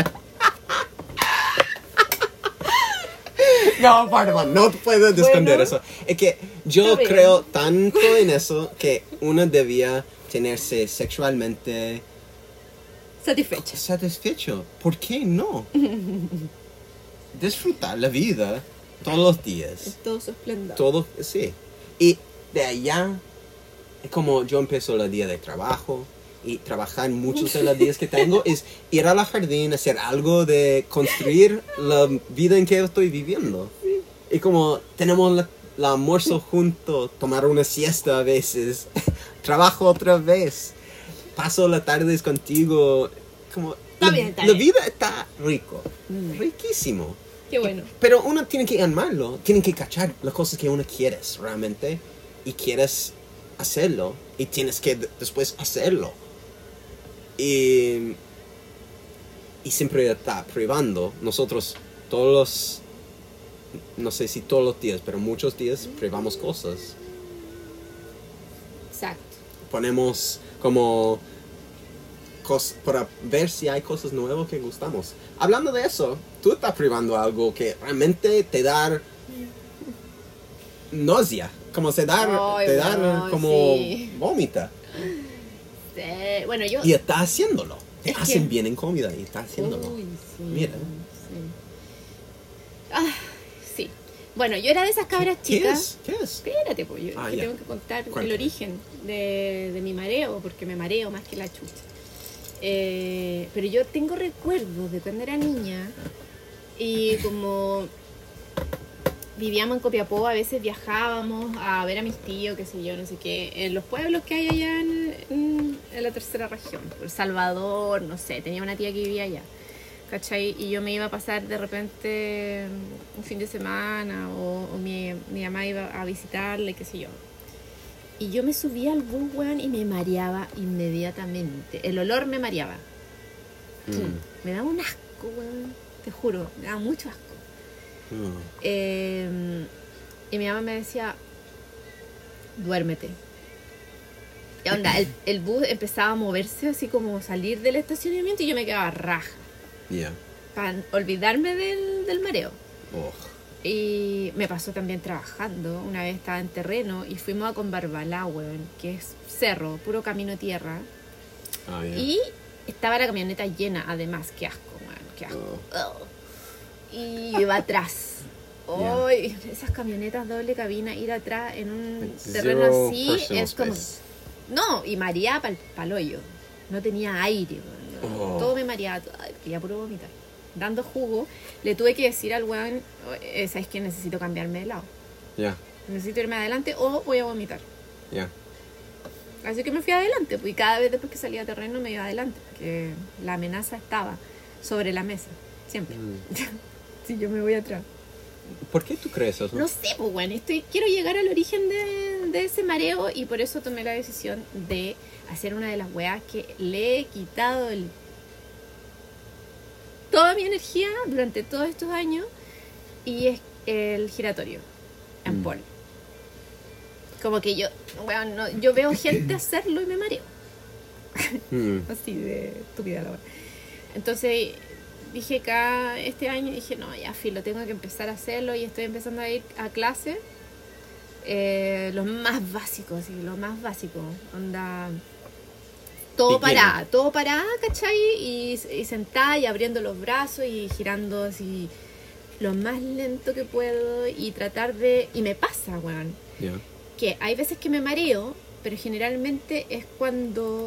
No, perdón, no puedo esconder eso. Es que yo Está bien. creo tanto en eso que uno debía tenerse sexualmente Satisfecha. satisfecho. ¿Por qué no? Disfrutar la vida todos los días. Todo su esplendor. Todo, sí. Y de allá, es como yo empiezo el día de trabajo y trabajar muchos de los días que tengo es ir al jardín, hacer algo de construir la vida en que estoy viviendo. Y como tenemos el almuerzo juntos, tomar una siesta a veces, trabajo otra vez, paso las tardes contigo, como Está bien. la vida está rico, riquísimo. Qué bueno. Pero uno tiene que amarlo, tiene que cachar las cosas que uno quieres realmente y quieres hacerlo y tienes que después hacerlo. Y siempre está privando. Nosotros no sé si todos los días, pero muchos días privamos cosas. Exacto. ponemos como para ver si hay cosas nuevas que gustamos. Hablando de eso, tú estás probando algo que realmente te da náusea, como te da como sí. vómita. Bueno, yo... Y estás haciéndolo. Te Es hacen que- bien en comida y estás haciéndolo. Uy, sí, Mira. sí. Ah, sí. Bueno, yo era de esas cabras ¿Qué chicas. es? ¿Qué es? Espérate, pues yo Ah, que ya. tengo que contar Cuéntame. el origen de mi mareo, porque me mareo más que la chucha. Pero yo tengo recuerdos de cuando era niña y como vivíamos en Copiapó, a veces viajábamos a ver a mis tíos, qué sé yo, no sé qué, en los pueblos que hay allá en la tercera región, por Salvador, no sé, tenía una tía que vivía allá, ¿cachai? Y yo me iba a pasar de repente un fin de semana o mi mamá iba a visitarle, qué sé yo. Y yo me subía al bus, weón, y me mareaba inmediatamente. El olor me mareaba. Me daba un asco, weón. Te juro, me daba mucho asco. Y mi mamá me decía, duérmete. Y onda, el bus empezaba a moverse así como salir del estacionamiento y yo me quedaba raja. Yeah. Para olvidarme del mareo. Oh. Y me pasó también trabajando. Una vez estaba en terreno y fuimos a Conbarbalá, weón, que es cerro, puro camino tierra. Ah, yeah. Y estaba la camioneta llena, además. Qué asco, weón, qué asco. Oh. Y iba atrás. Yeah. Ay, esas camionetas doble cabina, ir atrás en un Like terreno zero así personal es como... space. No, y mareaba pa'l hoyo. No tenía aire, weón. Oh. Todo me mareaba, quería puro vomitar. Dando jugo, le tuve que decir al weón, ¿sabes qué? Necesito cambiarme de lado. Yeah. Necesito irme adelante o voy a vomitar. Yeah. Así que me fui adelante, pues, y cada vez después que salía a terreno me iba adelante, porque la amenaza estaba sobre la mesa, siempre. Si yo me voy atrás. ¿Por qué tú crees eso? No sé, pues bueno, quiero llegar al origen de ese mareo y por eso tomé la decisión de hacer una de las weas que le he quitado toda mi energía durante todos estos años y es el giratorio en pole. Como que yo veo gente hacerlo y me mareo. Así de estúpida la wea. Entonces dije acá este año, dije no, ya filo, tengo que empezar a hacerlo y estoy empezando a ir a clase. Lo más básico, sí, lo más básico. Onda, todo parada, ¿cachai? Y sentada y abriendo los brazos y girando así lo más lento que puedo y tratar de... Y me pasa, weón, Yeah. que hay veces que me mareo, pero generalmente es cuando...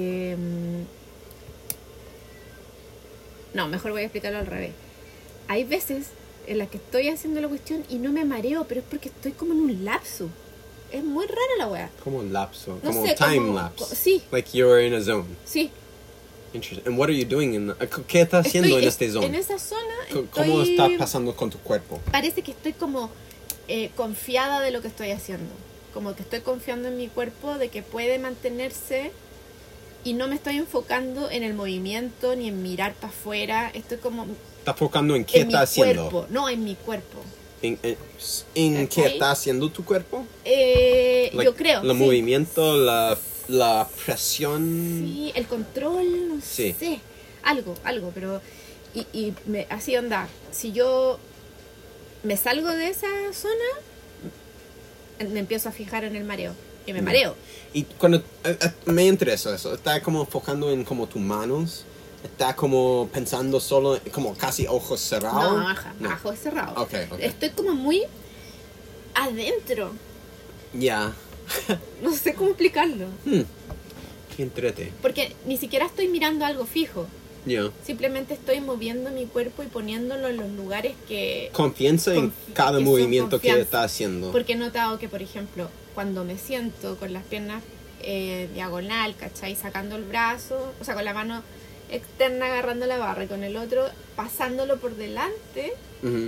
No, mejor voy a explicarlo al revés. Hay veces en las que estoy haciendo la cuestión y no me mareo, pero es porque estoy como en un lapso. Es muy rara la wea. Como un lapso. No como sé, time como- lapse. sí. Like you're in a zone. Sí. Interesting. And what are you doing ¿Qué estás haciendo en este zone? En esa zona ¿Cómo estoy- está pasando con tu cuerpo? Parece que estoy como confiada de lo que estoy haciendo. Como que estoy confiando en mi cuerpo de que puede mantenerse y no me estoy enfocando en el movimiento ni en mirar para afuera. Estoy como ¿Estás enfocando en qué en mi está haciendo? cuerpo. No, en mi cuerpo. ¿En qué ¿Cachai? está haciendo tu cuerpo? Yo Like, creo. El sí. movimiento, la presión. Sí, el control, no Sí. sé. Algo, pero... así onda. Si yo me salgo de esa zona, me empiezo a fijar en el mareo. Y me mareo. Y cuando me interesa eso, está como enfocando en como tus manos, está como pensando solo, como casi ojos cerrados. No, ojos cerrados. Ok. Estoy como muy adentro. Ya. No sé cómo explicarlo. Qué entrete. Porque ni siquiera estoy mirando algo fijo. Ya. Simplemente estoy moviendo mi cuerpo y poniéndolo en los lugares que... Confianza en cada que son movimiento que confianza. está haciendo. Porque he notado que, por ejemplo, cuando me siento con las piernas diagonal, ¿cachai? Sacando el brazo, o sea, con la mano externa agarrando la barra y con el otro pasándolo por delante, Ujú.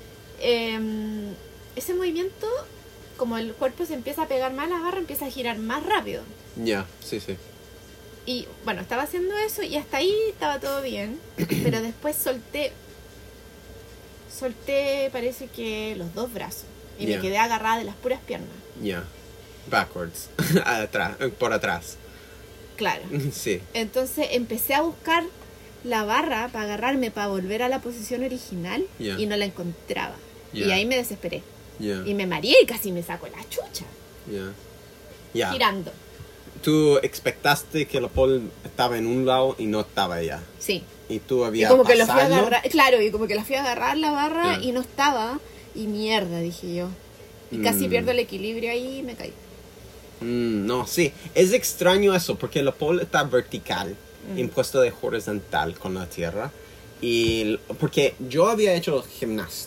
ese movimiento, como el cuerpo se empieza a pegar más a la barra, empieza a girar más rápido. Ya, sí. Y bueno, estaba haciendo eso y hasta ahí estaba todo bien, pero después solté parece que los dos brazos y Ya. me quedé agarrada de las puras piernas. Ya. Backwards. Atrás, por atrás. Claro. Sí. Entonces empecé a buscar la barra para agarrarme, para volver a la posición original, Yeah. y no la encontraba. Yeah. Y ahí me desesperé. Yeah. Y me mareé y casi me saco la chucha. Yeah. Yeah. Girando. Tú expectaste que la pole estaba en un lado y no estaba allá. Sí. Y tú Y habías como que lo fui a pasado. agarrar, claro, y como que la fui a agarrar la barra Yeah. y no estaba. Y mierda, dije yo. Y casi pierdo el equilibrio ahí y me caí. No, sí. Es extraño eso, porque la pole está vertical, impuesto de horizontal con la tierra. Y porque yo había hecho gimnasta.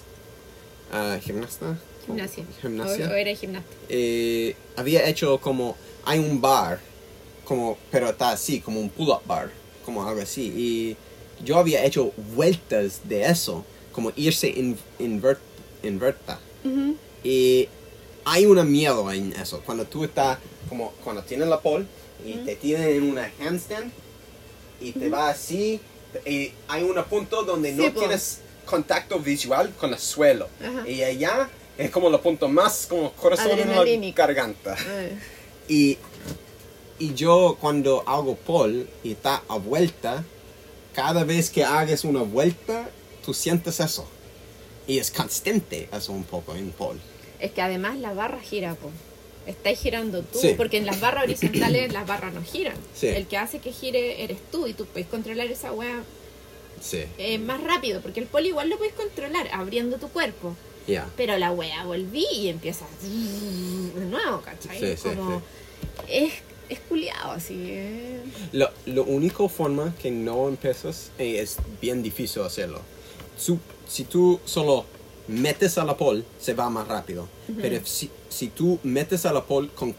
Gimnasia. O era gimnasta. Había hecho como, hay un bar, como, pero está así, como un pull-up bar, como algo así. Y yo había hecho vueltas de eso, como irse inverta. Ujú. Y hay un miedo en eso, cuando tú estás, como cuando tienes la pole y te tienen en una handstand y te va así, y hay un punto donde Sí, no po. tienes contacto visual con el suelo. Ajá. Y allá es como el punto más como corazón en la Adrenalínico. garganta. Ay. Y yo cuando hago pole y está a vuelta, cada vez que hagas una vuelta, tú sientes eso. Y es constante eso un poco en pole. Es que además la barra gira, po. Estás girando tú, Sí. porque en las barras horizontales las barras no giran. Sí. El que hace que gire eres tú, y tú puedes controlar esa wea Sí. más rápido, porque el poli igual lo puedes controlar abriendo tu cuerpo. Ya. Pero la wea volví y empieza de nuevo, ¿cachai? Sí, sí, Como es culiado así. Lo único forma que no empiezas es bien difícil hacerlo. Si tú solo metes a la pole, se va más rápido. Pero si tú metes a la pole con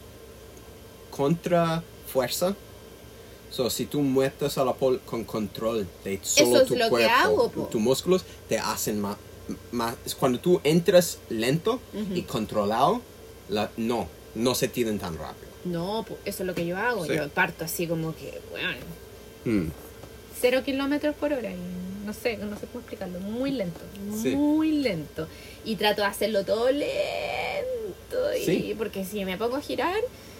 contra fuerza, si tú metes a la pole con control de solo Eso es tu lo que cuerpo, hago, po. tus músculos, te hacen más. Cuando tú entras lento y controlado, no se tiran tan rápido. No, pues eso es lo que yo hago. Sí. Yo parto así como que, bueno, Mm. 0 kilómetros por hora. Y no sé cómo explicarlo. Muy lento. Sí. Muy lento. Y trato de hacerlo todo lento. Sí. Porque si me pongo a girar,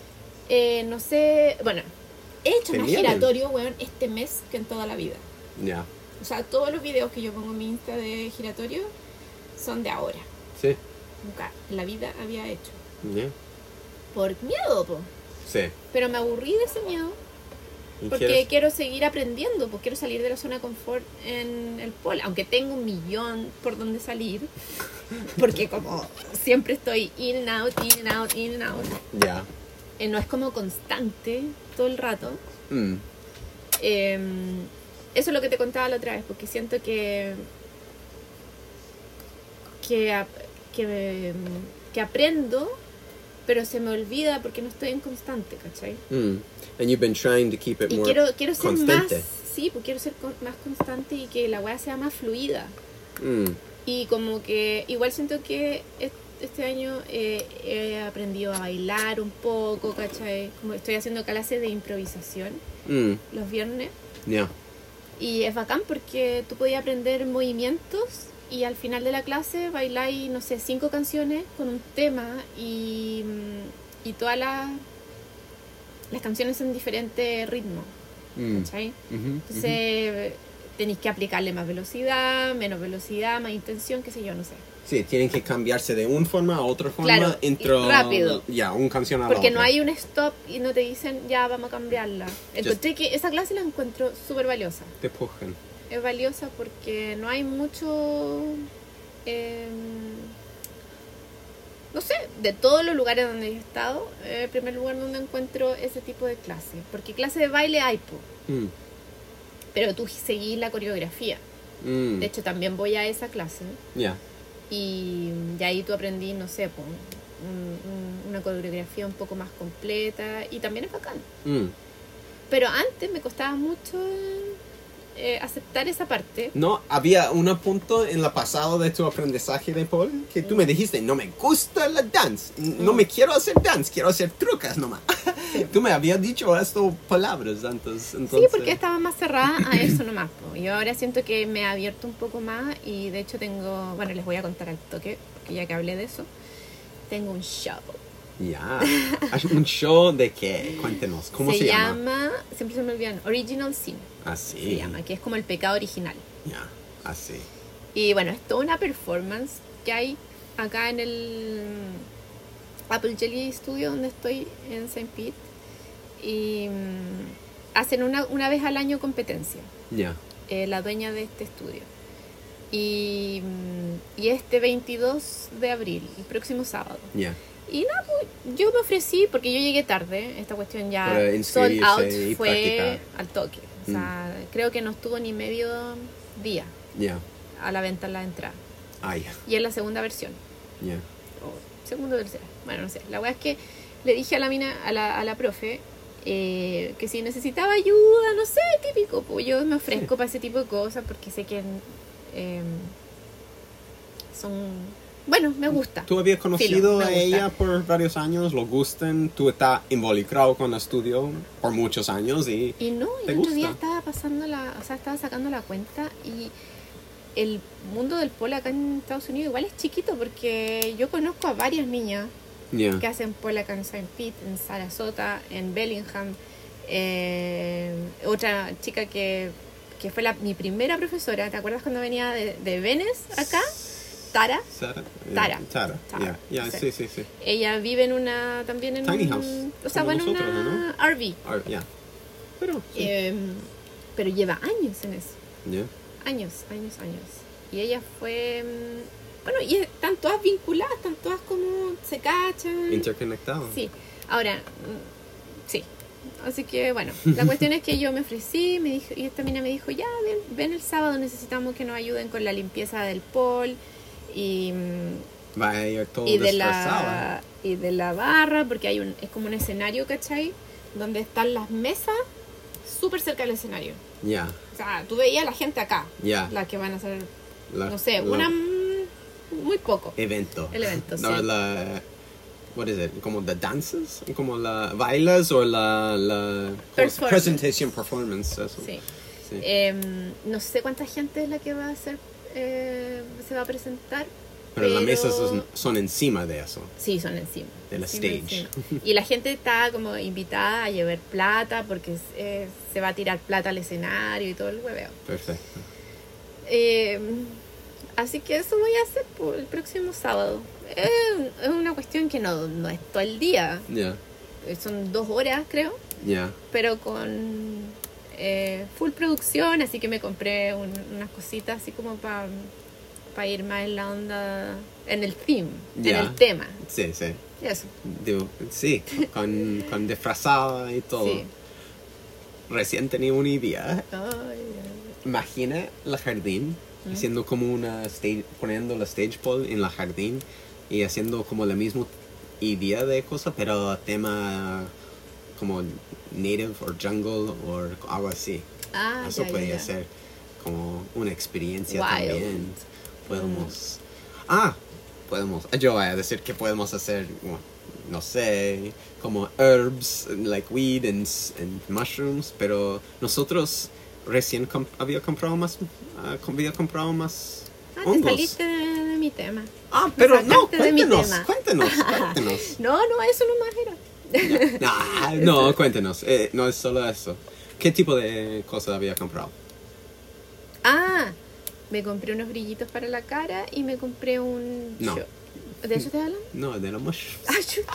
no sé. Bueno, he hecho Te más niegan. giratorio, weón, este mes que en toda la vida. Ya. O sea, todos los videos que yo pongo en mi Insta de giratorio son de ahora. Sí. Nunca en la vida había hecho. Ya. Por miedo, po. Sí. Pero me aburrí de ese miedo. ¿Y Porque quieres? quiero seguir aprendiendo, pues quiero salir de la zona de confort en el pole, aunque tengo 1.000.000 por donde salir, porque como siempre estoy in and out, in and out, in and out, Ya. no es como constante todo el rato. Mm. Eso es lo que te contaba la otra vez, porque siento que aprendo, pero se me olvida porque no estoy en constante, ¿cachai? Mm. And you've been trying to keep it Y more quiero ser constante. más, sí, pues quiero ser más constante y que la weá sea más fluida. Mm. Y como que igual siento que este año he aprendido a bailar un poco, ¿cachai? Como estoy haciendo clases de improvisación Mm. los viernes. Yeah. Y es bacán porque tú podías aprender movimientos y al final de la clase bailáis, no sé, 5 canciones con un tema y todas las canciones son diferentes ritmos, Mm. ¿cachai? Mhm. Entonces tenéis que aplicarle más velocidad, menos velocidad, más intención, qué sé yo, no sé. Sí, tienen que cambiarse de una forma a otra forma. Claro, y rápido. Ya, un canción a la Porque otra. no hay un stop y no te dicen, ya, vamos a cambiarla. Encontré que esa clase la encuentro súper valiosa. Te pujan. Es valiosa porque no hay mucho... no sé, de todos los lugares donde he estado, el primer lugar donde encuentro ese tipo de clase. Porque clase de baile hay, po, Mm. pero tú seguís la coreografía. Mm. De hecho, también voy a esa clase. Ya. Y ahí tú aprendí, no sé, po, una coreografía un poco más completa. Y también es bacán. Mm. Pero antes me costaba mucho aceptar esa parte. No, había un punto en la pasado de tu aprendizaje de pole que tú me dijiste, no me gusta la dance, no me quiero hacer dance, quiero hacer trucas nomás. Tú me habías dicho estas palabras antes. Entonces... Sí, porque estaba más cerrada a eso nomás, po. Yo ahora siento que me he abierto un poco más y de hecho tengo, bueno, les voy a contar al toque, porque ya que hablé de eso, tengo un show Ya. ¿Un show de qué? Cuéntenos. ¿Cómo se llama? Siempre se me olvidan, Original Sin Así. se llama, que es como el pecado original. Ya, así. Y bueno, es toda una performance que hay acá en el Apple Jelly Studio donde estoy en St. Pete. Y hacen una vez al año competencia, Ya. la dueña de este estudio. Y este 22 de abril, el próximo sábado. Ya. Y nada, pues, yo me ofrecí porque yo llegué tarde. Esta cuestión ya Para sold inscribirse out y fue practicar. al toque. O sea, creo que no estuvo ni medio día Ya. a la venta la entrada. Ah, ya. Y es la segunda versión. Ya. O segunda o tercera. Bueno, no sé. La verdad es que le dije a la mina, a la profe, que si necesitaba ayuda, no sé, típico. Pues yo me ofrezco para ese tipo de cosas porque sé que son... Bueno, me gusta. ¿Tú habías conocido Filo, me a gusta. ella por varios años? ¿Lo gustan? ¿Tú estás involucrado con el estudio por muchos años? Y No, ¿te el otro día gusta? estaba sacando la cuenta y el mundo del pole acá en Estados Unidos igual es chiquito porque yo conozco a varias niñas Ya. que hacen pole acá en St. Pete, en Sarasota, en Bellingham. Otra chica que fue mi primera profesora, ¿te acuerdas cuando venía de Venice acá? Tara. Tara. Tara. Tara. Tara, Ya. Ya, sí. sí. Ella vive también en Tiny un... house, O sea, como bueno, nosotros, una RV. Ya. Pero, sí. Pero lleva años en eso. Ya. Años. Y ella fue... Bueno, y están todas vinculadas, están todas como se cachan. Interconectado. Sí. Ahora, sí. Así que, bueno, la cuestión es que yo me ofrecí, y esta mina me dijo, ya, ven el sábado, necesitamos que nos ayuden con la limpieza del pole y Va a ir todo y de disfrazado. la barra, porque es como un escenario, ¿cachai? Donde están las mesas súper cerca del escenario. Ya. O sea, tú veías a la gente acá, Ya. las que van a hacer, La- no sé, la- muy poco. Evento. El evento, No, sí. what is it? Como the dances, como la bailas o la Performance. presentation performance. Eso. Sí. Sí. No sé cuánta gente es la que va a hacer, se va a presentar. Pero las mesas son encima de eso. Sí, son encima. De la Encima, stage. encima. Y la gente está como invitada a llevar plata porque se va a tirar plata al escenario y todo el hueveo. Perfecto. Así que eso voy a hacer por el próximo sábado. Es una cuestión que no es todo el día. Ya. Son 2 horas, creo. Ya. Pero con full producción, así que me compré unas cositas así como para ir más en la onda, en el theme, Ya. en el tema. Sí, sí. Eso. Sí, con disfrazada y todo. Sí. Recién tenía una idea. Ay, Imagina la jardín haciendo como una stage, poniendo la stage pole en la jardín y haciendo como la misma idea de cosas, pero tema como native o jungle o algo así. Eso ya, podría ya. ser como una experiencia Wild. también. Podemos. Yo voy a decir que podemos hacer, bueno, no sé, como herbs, like weed and mushrooms, pero nosotros recién había comprado más Te hongos. saliste de mi tema. Pero Me no, sacaste de mi cuéntenos. tema. No, eso nomás era. No, cuéntenos. No es solo eso. ¿Qué tipo de cosas había comprado? Me compré unos brillitos para la cara y me compré un... No. ¿De eso te hablan? No, de los mushrooms. Chuta.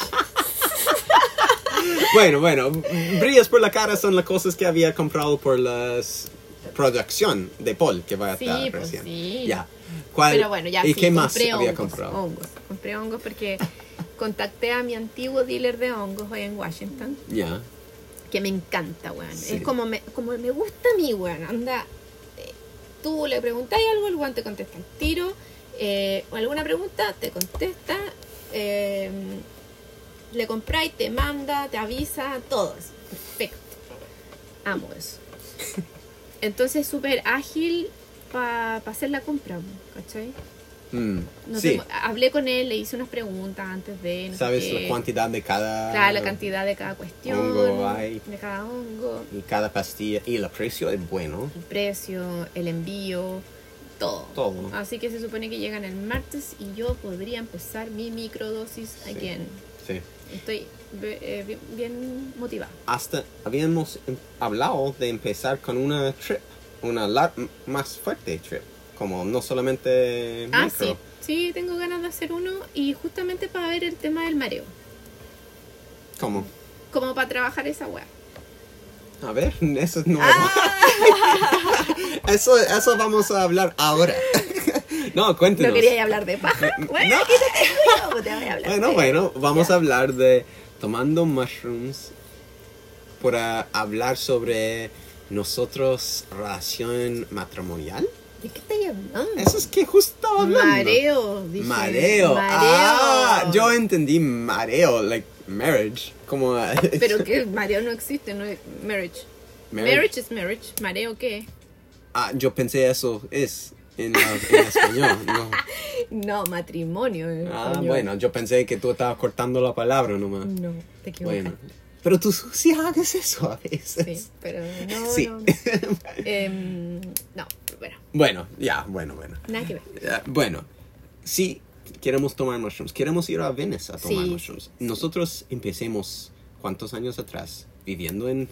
Bueno, brillos por la cara son las cosas que había comprado por la producción de Paul que va a Sí, estar pues recién. sí. Ya. Pero bueno, ya ¿Y sí, qué más compré había hongos, comprado? Compré hongos porque contacté a mi antiguo dealer de hongos hoy en Washington, Ya. que me encanta, weón. Sí. Es como me gusta a mí, weón. Anda, tú le preguntas algo, el weón te contesta al tiro. O alguna pregunta, te contesta. Le compráis, te manda, te avisa, todo. Así, perfecto. Amo eso. Entonces, súper ágil para hacer la compra, ¿cachai? No Sí. hablé con él, le hice unas preguntas antes de... no sé ¿Sabes qué. la cantidad de cada... Claro, la cantidad de cada cuestión, hongo hay. de cada hongo, Y cada pastilla. Y el precio es bueno. el precio, el envío, todo. Todo. Así que se supone que llegan el martes y yo podría empezar mi microdosis Sí. again. Sí. Estoy bien motivada. Hasta habíamos hablado de empezar con una trip, más fuerte trip, como no solamente Ah, micro. sí. Sí, tengo ganas de hacer uno y justamente para ver el tema del mareo. ¿Cómo? Como para trabajar esa weá. A ver, eso es nuevo. Eso vamos a hablar ahora. No, cuéntanos. No quería hablar de paja. Bueno, No. aquí te tengo yo, te voy a hablar. Bueno, vamos Ya. a hablar de tomando mushrooms para hablar sobre nosotros relación matrimonial. ¿De qué estáis hablando? Eso es que justo estaba hablando. Mareo, dije. Mareo. Ah, yo entendí mareo, like marriage, como Pero que mareo no existe, no es marriage. Marriage es marriage. ¿Mareo qué? Ah, yo pensé eso es en español, no. No, matrimonio. en Ah, español. bueno, yo pensé que tú estabas cortando la palabra nomás. No, te equivocaste. Bueno, pero tú sí haces eso a veces. Sí, pero no, Sí. no. No, bueno, Bueno, nada que ver. bueno, sí, queremos tomar mushrooms. Queremos ir a Venice a tomar Sí, mushrooms. Nosotros empecemos, ¿cuántos años atrás? Viviendo en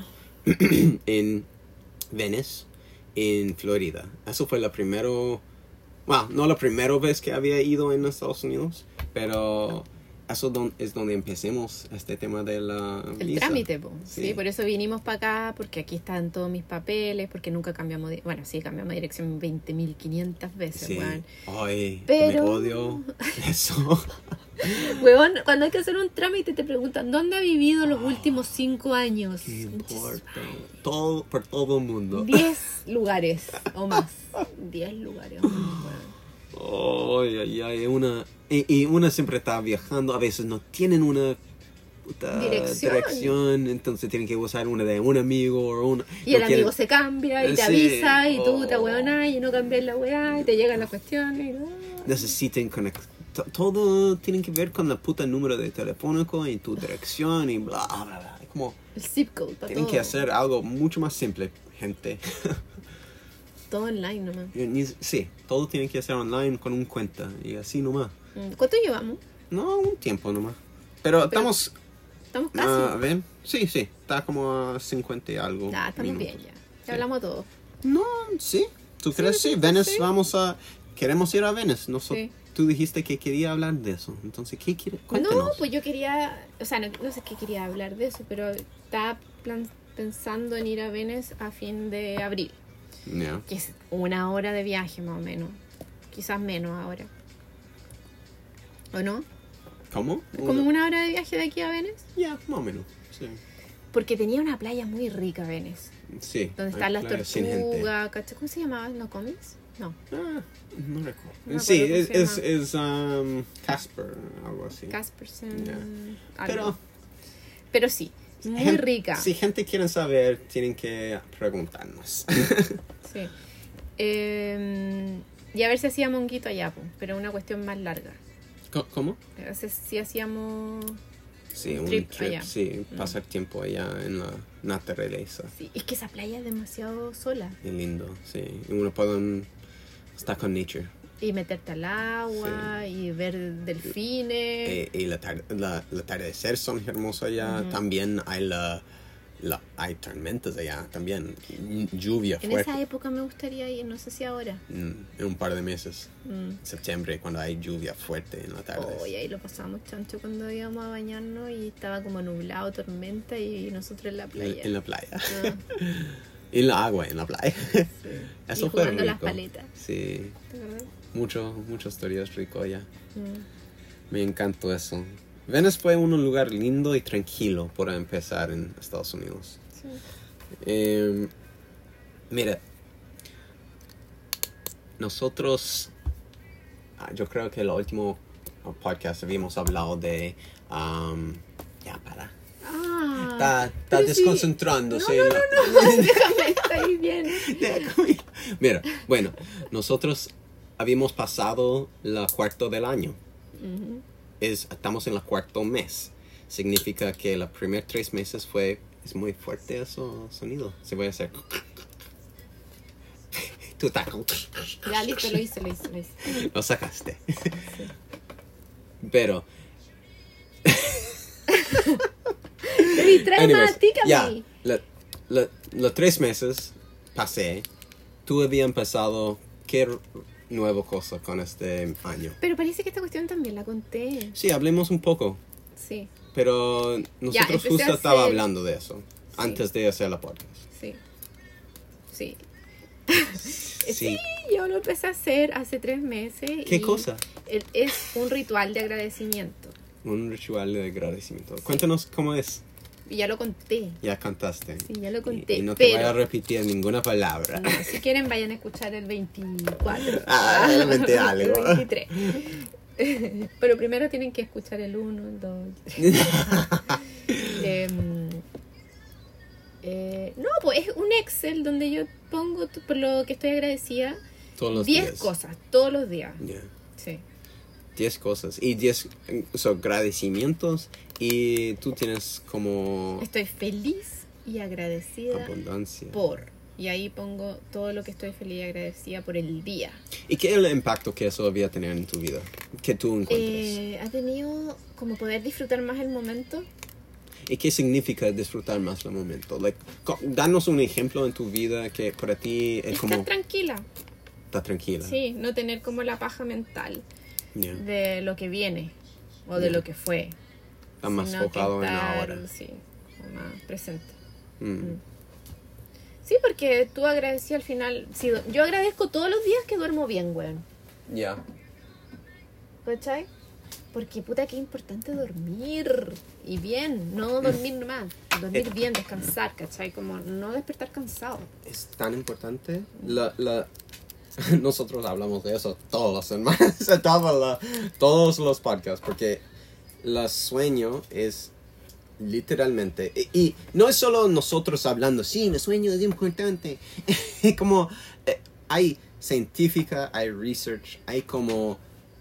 Venice, en Florida. Eso fue la primera... Bueno, no la primera vez que había ido en Estados Unidos, pero eso es donde empecemos este tema de la El visa. trámite, po. Sí. Sí, por eso vinimos para acá, porque aquí están todos mis papeles, porque nunca cambiamos de... Bueno, sí, cambiamos de dirección 20.500 veces, Sí. weón. Ay, Pero- me odio eso. Weón, cuando hay que hacer un trámite te preguntan, ¿dónde ha vivido los últimos 5 años? ¿Qué importa? Todo, por todo el mundo. 10 lugares o más. 10 lugares o más, weón. Ay, y una siempre está viajando, a veces no tienen una puta Dirección. entonces tienen que usar una de un amigo o una... Y el no amigo quieren- se cambia y te Sí. avisa y tú te Oh. ahueonás y no cambias la weá y te llegan las cuestiones. Y... Necesitan todo tiene que ver con la puta número de telefónico y tu dirección y bla, bla, bla. Como El zip code para tienen todo. que hacer algo mucho más simple, gente. Todo online nomás. Sí, todo tiene que hacer online con un cuenta y así nomás. ¿Cuánto llevamos? No, un tiempo nomás. Pero estamos... Estamos casi. A ver, sí, está como a 50 y algo. Ya, estamos minutos. bien ya. Ya Sí. hablamos todo. No, sí. ¿Tú crees? Sí, Venice, vamos a... Queremos ir a Venice. Sí. Tú dijiste que quería hablar de eso. Entonces, ¿qué quieres? Cuéntanos. No, pues yo quería, o sea, no sé qué quería hablar de eso, pero estaba pensando en ir a Venice a fin de abril, Ya. que es 1 hora de viaje más o menos, quizás menos ahora. ¿O no? ¿Cómo? ¿Es como 1 hora de viaje de aquí a Venice? Ya, más o menos. Sí. Porque tenía una playa muy rica Venice, Sí. donde hay están las playas sin gente. tortugas, ¿cachai? ¿Cómo se llamaban? ¿No comes? No, Ah, no recuerdo. No me Sí, acuerdo cómo se es Casper, algo así. Caspersen, Ya. algo. Pero sí, muy Gen- rica. Si gente quiere saber, tienen que preguntarnos. Sí. Y a ver si hacíamos un guito allá, po, pero una cuestión más larga. ¿Cómo? A ver si hacíamos... Sí, Un un trip trip, allá. sí, pasar tiempo allá en la naturaleza. Sí, es que esa playa es demasiado sola. Es lindo, sí. Y uno puede estar con nature. Y meterte al agua, y ver delfines. Y la atardecer son hermosos allá. También hay tormentas allá, también. Lluvia En fuerte. esa época me gustaría ir, no sé si ahora. En un par de meses. Septiembre, cuando hay lluvia fuerte en la tarde. Oh, y ahí lo pasábamos chancho cuando íbamos a bañarnos y estaba como nublado, tormenta y nosotros en la playa. En la playa. Ah, En la agua, en la playa. sí. Eso y fue jugando rico. las paletas. Sí, ¿Te acuerdas? muchas historias ricos allá. Mm. Me encantó eso. Venice fue un lugar lindo y tranquilo para empezar en Estados Unidos. Sí. Mira, nosotros, yo creo que el último podcast habíamos hablado de... ya, para. Está pero sí. desconcentrándose. No, déjame, está ahí bien. Mira, bueno, nosotros habíamos pasado la cuarto del año. Ujú. Estamos en el cuarto mes. Significa que los primeros 3 meses es muy fuerte eso sonido. Se voy a hacer. Tú estás. Ya, listo, lo hice. Lo sacaste. Pero Te distraes más, Anyways, mastícame. ya, los 3 meses pasé. Tú habías empezado qué nueva cosa con este año. Pero parece que esta cuestión también la conté. Sí, hablemos un poco. Sí, Pero nosotros empecé justo a estaba hacer- hablando de eso antes de hacer la podcast. sí. Sí. Sí. Yo lo empecé a hacer hace 3 meses. ¿Qué y cosa? Es un ritual de agradecimiento. Un ritual de agradecimiento. Cuéntanos cómo es. Y ya lo conté. Ya cantaste. Sí, ya lo conté. Y no te voy pero a repetir ninguna palabra. no, si quieren vayan a escuchar el 24. Realmente El algo. 23. Pero primero tienen que escuchar el 1, el 2, el 3. No, pues es un Excel donde yo pongo por lo que estoy agradecida. Todos los 10 días. cosas, todos los días. Ya. Sí. 10 cosas. Y 10 agradecimientos. Y tú tienes como Estoy feliz y agradecida abundancia. por. Y ahí pongo todo lo que estoy feliz y agradecida por el día. ¿Y qué es el impacto que eso debía tener en tu vida? Que tú encuentras. Ha tenido como poder disfrutar más el momento. ¿Y qué significa disfrutar más el momento? Like, danos un ejemplo en tu vida que para ti es Estar como... tranquila. Está tranquila. Sí, no tener como la paja mental Ya. de lo que viene o de lo que fue. Está más sino que enfocado en estar, ahora. Sí, como más presente. Mm. Sí, porque tú agradecí al final. Sí, yo agradezco todos los días que duermo bien, weón. Ya. ¿Cachai? Porque puta que importante dormir. Y bien, no dormir nomás. Dormir bien, descansar, ¿cachai? Como no despertar cansado. Es tan importante. Nosotros hablamos de eso todas las semanas, todos los podcasts, porque el sueño es literalmente, y no es solo nosotros hablando, sí, el sueño es importante, como hay científica, hay research, hay como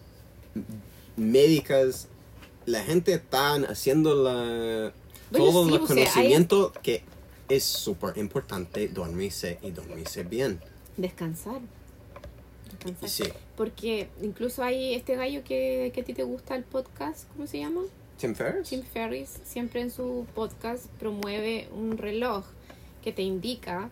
médicas, la gente está haciendo todo sí, el o sea, conocimiento que es súper importante dormirse y dormirse bien. Descansar. Descansar. Sí. Porque incluso hay este gallo que a ti te gusta el podcast, ¿cómo se llama? Tim Ferriss. Tim Ferriss siempre en su podcast promueve un reloj que te indica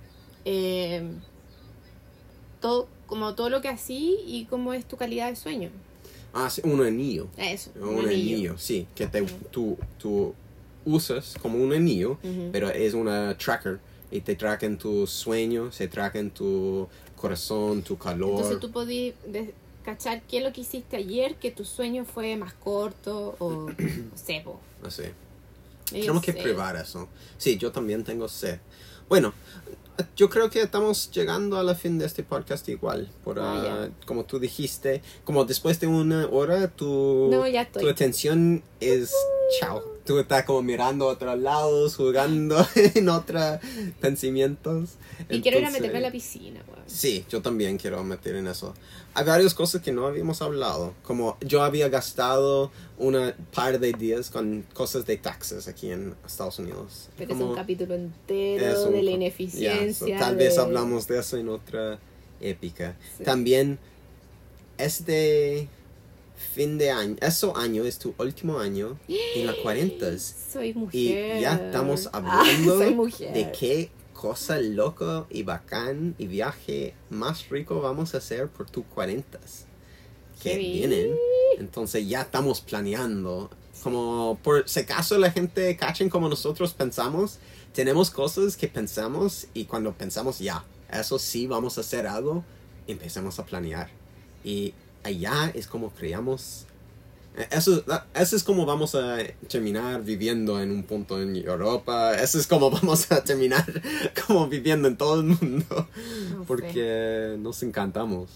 todo lo que así y cómo es tu calidad de sueño. Ah, sí, un anillo. Eso, Un anillo, sí. Que tú usas como un anillo, pero es una tracker. Y te tracan tu sueño, se tracan tu corazón, tu calor. Entonces tú podías cachar qué es lo que hiciste ayer, que tu sueño fue más corto o sebo. Así. Tenemos que probar eso. Sí, yo también tengo sed. Bueno, yo creo que estamos llegando a la fin de este podcast igual. Como tú dijiste, como después de una hora, No, ya estoy. tu atención es chao. Tú estás como mirando a otros lados, jugando en otros pensamientos. Y quiero ir a Entonces, meterme a la piscina, weón. Sí, yo también quiero meter en eso. Hay varias cosas que no habíamos hablado. Como yo había gastado un par de días con cosas de taxes aquí en Estados Unidos. Pero Como es un capítulo entero es un de la co- ineficiencia. ya, tal vez hablamos de eso en otra épica. Sí. También, este fin de año, año es tu último año en las 40. Soy Y mujer. ya estamos hablando soy mujer. de qué cosa loco y bacán y viaje más rico vamos a hacer por tus 40 que Qué vienen. Entonces ya estamos planeando. Como por si acaso la gente cachen como nosotros pensamos, tenemos cosas que pensamos y cuando pensamos ya, eso sí vamos a hacer algo, empecemos a planear. Y allá es como creamos. Eso es como vamos a terminar viviendo en un punto en Europa. Eso es como vamos a terminar como viviendo en todo el mundo. No sé. Porque nos encantamos.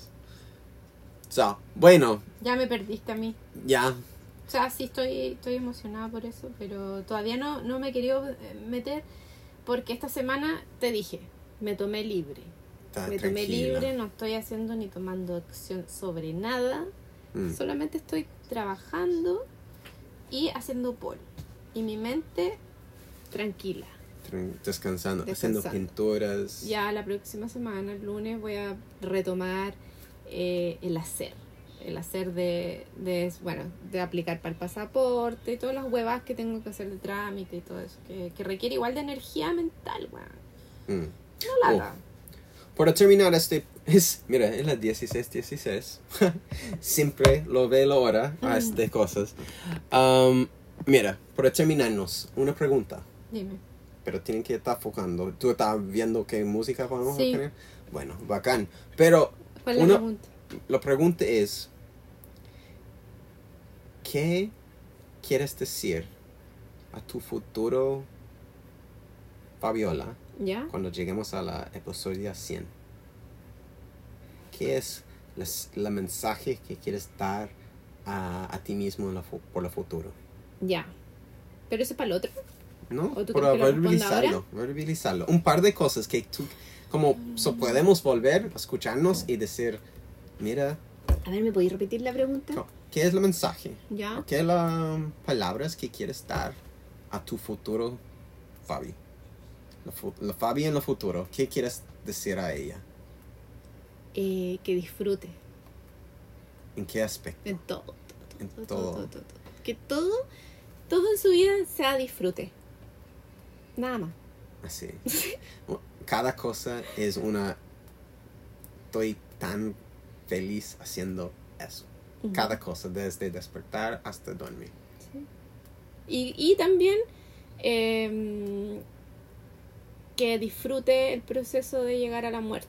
Bueno, Ya me perdiste a mí. ya. O sea, sí estoy emocionada por eso, pero todavía no me he querido meter porque esta semana te dije, me tomé libre. Me tomé Tranquila. libre, no estoy haciendo ni tomando acción sobre nada. Solamente estoy trabajando y haciendo polvo. Y mi mente tranquila. Descansando, haciendo pinturas. Ya la próxima semana, el lunes, voy a retomar el hacer. el hacer de aplicar para el pasaporte y todas las huevas que tengo que hacer de trámite y todo eso, que requiere igual de energía mental, weón. No lata. Para terminar mira, es las 16:16. Siempre lo ve la hora a estas cosas. Mira, para terminarnos, una pregunta. Dime. Pero tienen que estar enfocando. ¿Tú estás viendo qué música vamos a Sí. tener? Bueno, bacán. Pero ¿Cuál es la pregunta? la pregunta es, ¿qué quieres decir a tu futuro Fabiola ¿Ya? cuando lleguemos a la episodio 100? ¿Qué es la mensaje que quieres dar a ti mismo por el futuro? Ya. ¿Pero eso es para el otro? ¿No? ¿O tú Para quieres que lo responda verbalizarlo. Un par de cosas que tú, podemos volver a escucharnos y decir, mira, A ver, ¿me podéis repetir la pregunta? ¿qué es el mensaje? ¿Ya? ¿Qué es las palabras que quieres dar a tu futuro Fabi? La Fabi en el futuro, ¿qué quieres decir a ella? Que disfrute. ¿En qué aspecto? En todo. En todo. Que todo en su vida sea disfrute. Nada más. Así. Cada cosa es estoy tan feliz haciendo eso. Ujú. Cada cosa, desde despertar hasta dormir. Y también que disfrute el proceso de llegar a la muerte.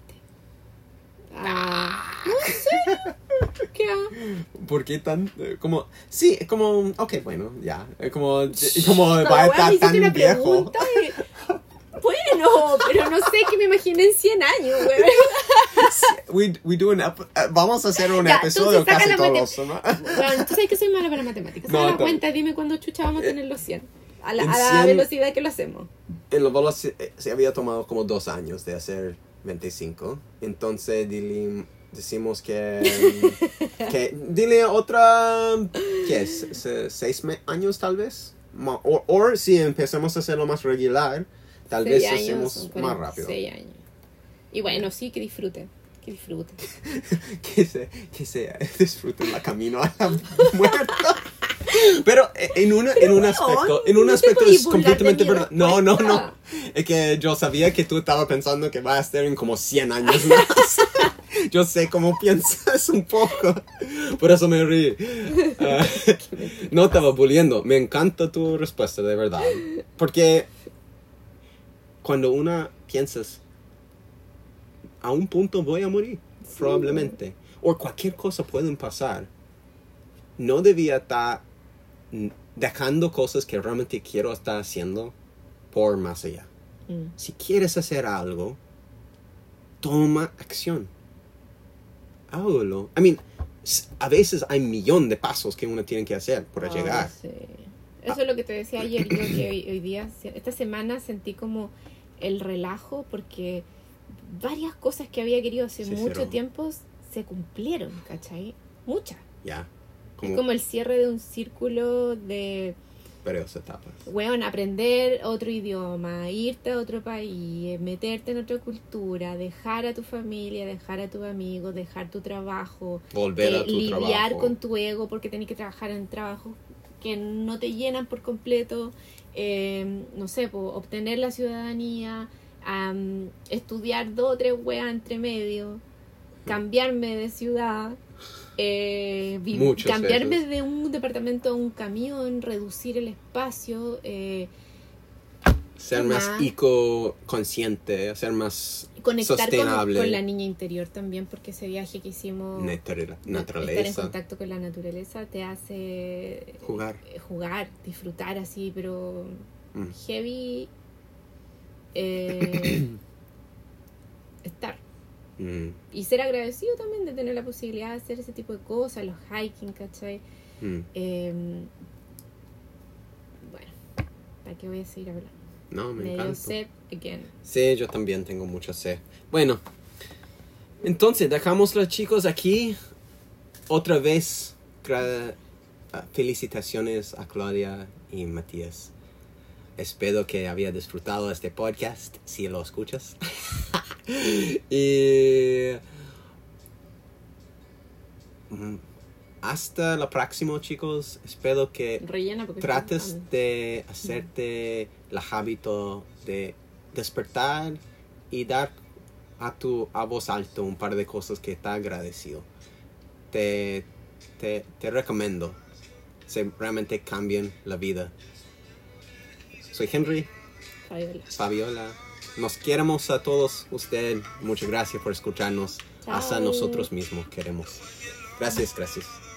No sé. ¿Qué? ¿Por qué tan? Sí, como, ok, bueno, ya. Como va a Weón, estar me hiciste tan una viejo. pregunta bueno, pero no sé qué me imaginé en 100 años, güey. Vamos a hacer un Ya, episodio entonces saca casi la todos mate- los semanas. Bueno, tú sabes que soy mala para matemáticas. No, Saca la está cuenta, dime cuándo chucha vamos a tener los 100. A la En 100 velocidad que lo hacemos. En la bola se había tomado como 2 años de hacer 25. Entonces decimos que dile otra, ¿qué es? 6 años tal vez. O si empezamos a hacerlo más regular, tal 6 vez años, hacemos son más rápido. 6 años. Y bueno, sí, que disfruten. Que disfruten. que se disfruten la camino a la muerte. Pero en un aspecto no te es podís burlar completamente de mi verdad. No. respuesta. Es que yo sabía que tú estabas pensando que va a estar en como 100 años más. Yo sé cómo piensas un poco. Por eso me reí. No estaba bulliendo. Me encanta tu respuesta, de verdad. Porque cuando una piensas, a un punto voy a morir, probablemente. O cualquier cosa puede pasar. No debía estar dejando cosas que realmente quiero estar haciendo por más allá. Si quieres hacer algo, toma acción. Hágalo. A veces hay 1,000,000 de pasos que uno tiene que hacer para Ay, llegar. sí. Eso es lo que te decía ayer. Yo que hoy día, esta semana sentí como el relajo porque varias cosas que había querido hace Se mucho hicieron. tiempo se cumplieron, ¿cachai? Muchas. Ya. Es como el cierre de un círculo de, varias etapas. weón, aprender otro idioma, irte a otro país, meterte en otra cultura, dejar a tu familia, dejar a tus amigos, dejar tu trabajo, Volver a tu lidiar trabajo. con tu ego porque tenés que trabajar en trabajos que no te llenan por completo, no sé, obtener la ciudadanía, estudiar 2 o 3 weas entre medio, cambiarme de ciudad, Muchas cambiarme veces. de un departamento a un camión, reducir el espacio, Ser ¿qué más más? eco-consciente, ser más conectar sostenible. con la niña interior también, porque ese viaje que hicimos, estar en Naturaleza. contacto con la naturaleza te hace Jugar. disfrutar así, pero Mm. heavy estar. Y ser agradecido también de tener la posibilidad de hacer ese tipo de cosas, los hiking, ¿cachai? Mm. Bueno, ¿para qué voy a seguir hablando? No, me Me dio encanta. sed again. Sí, yo también tengo mucha sed. Bueno, entonces dejamos chicos aquí. Otra vez, felicitaciones a Claudia y Matías. Espero que había disfrutado este podcast, si lo escuchas. Y hasta la próxima, chicos. Espero que Rellena porque trates de hacerte el hábito de despertar y dar a voz alta un par de cosas que está agradecido. Te recomiendo. Se realmente cambian la vida. Soy Henry. Fabiola. Nos queremos a todos ustedes. Muchas gracias por escucharnos. Chao. Hasta nosotros mismos queremos. Gracias.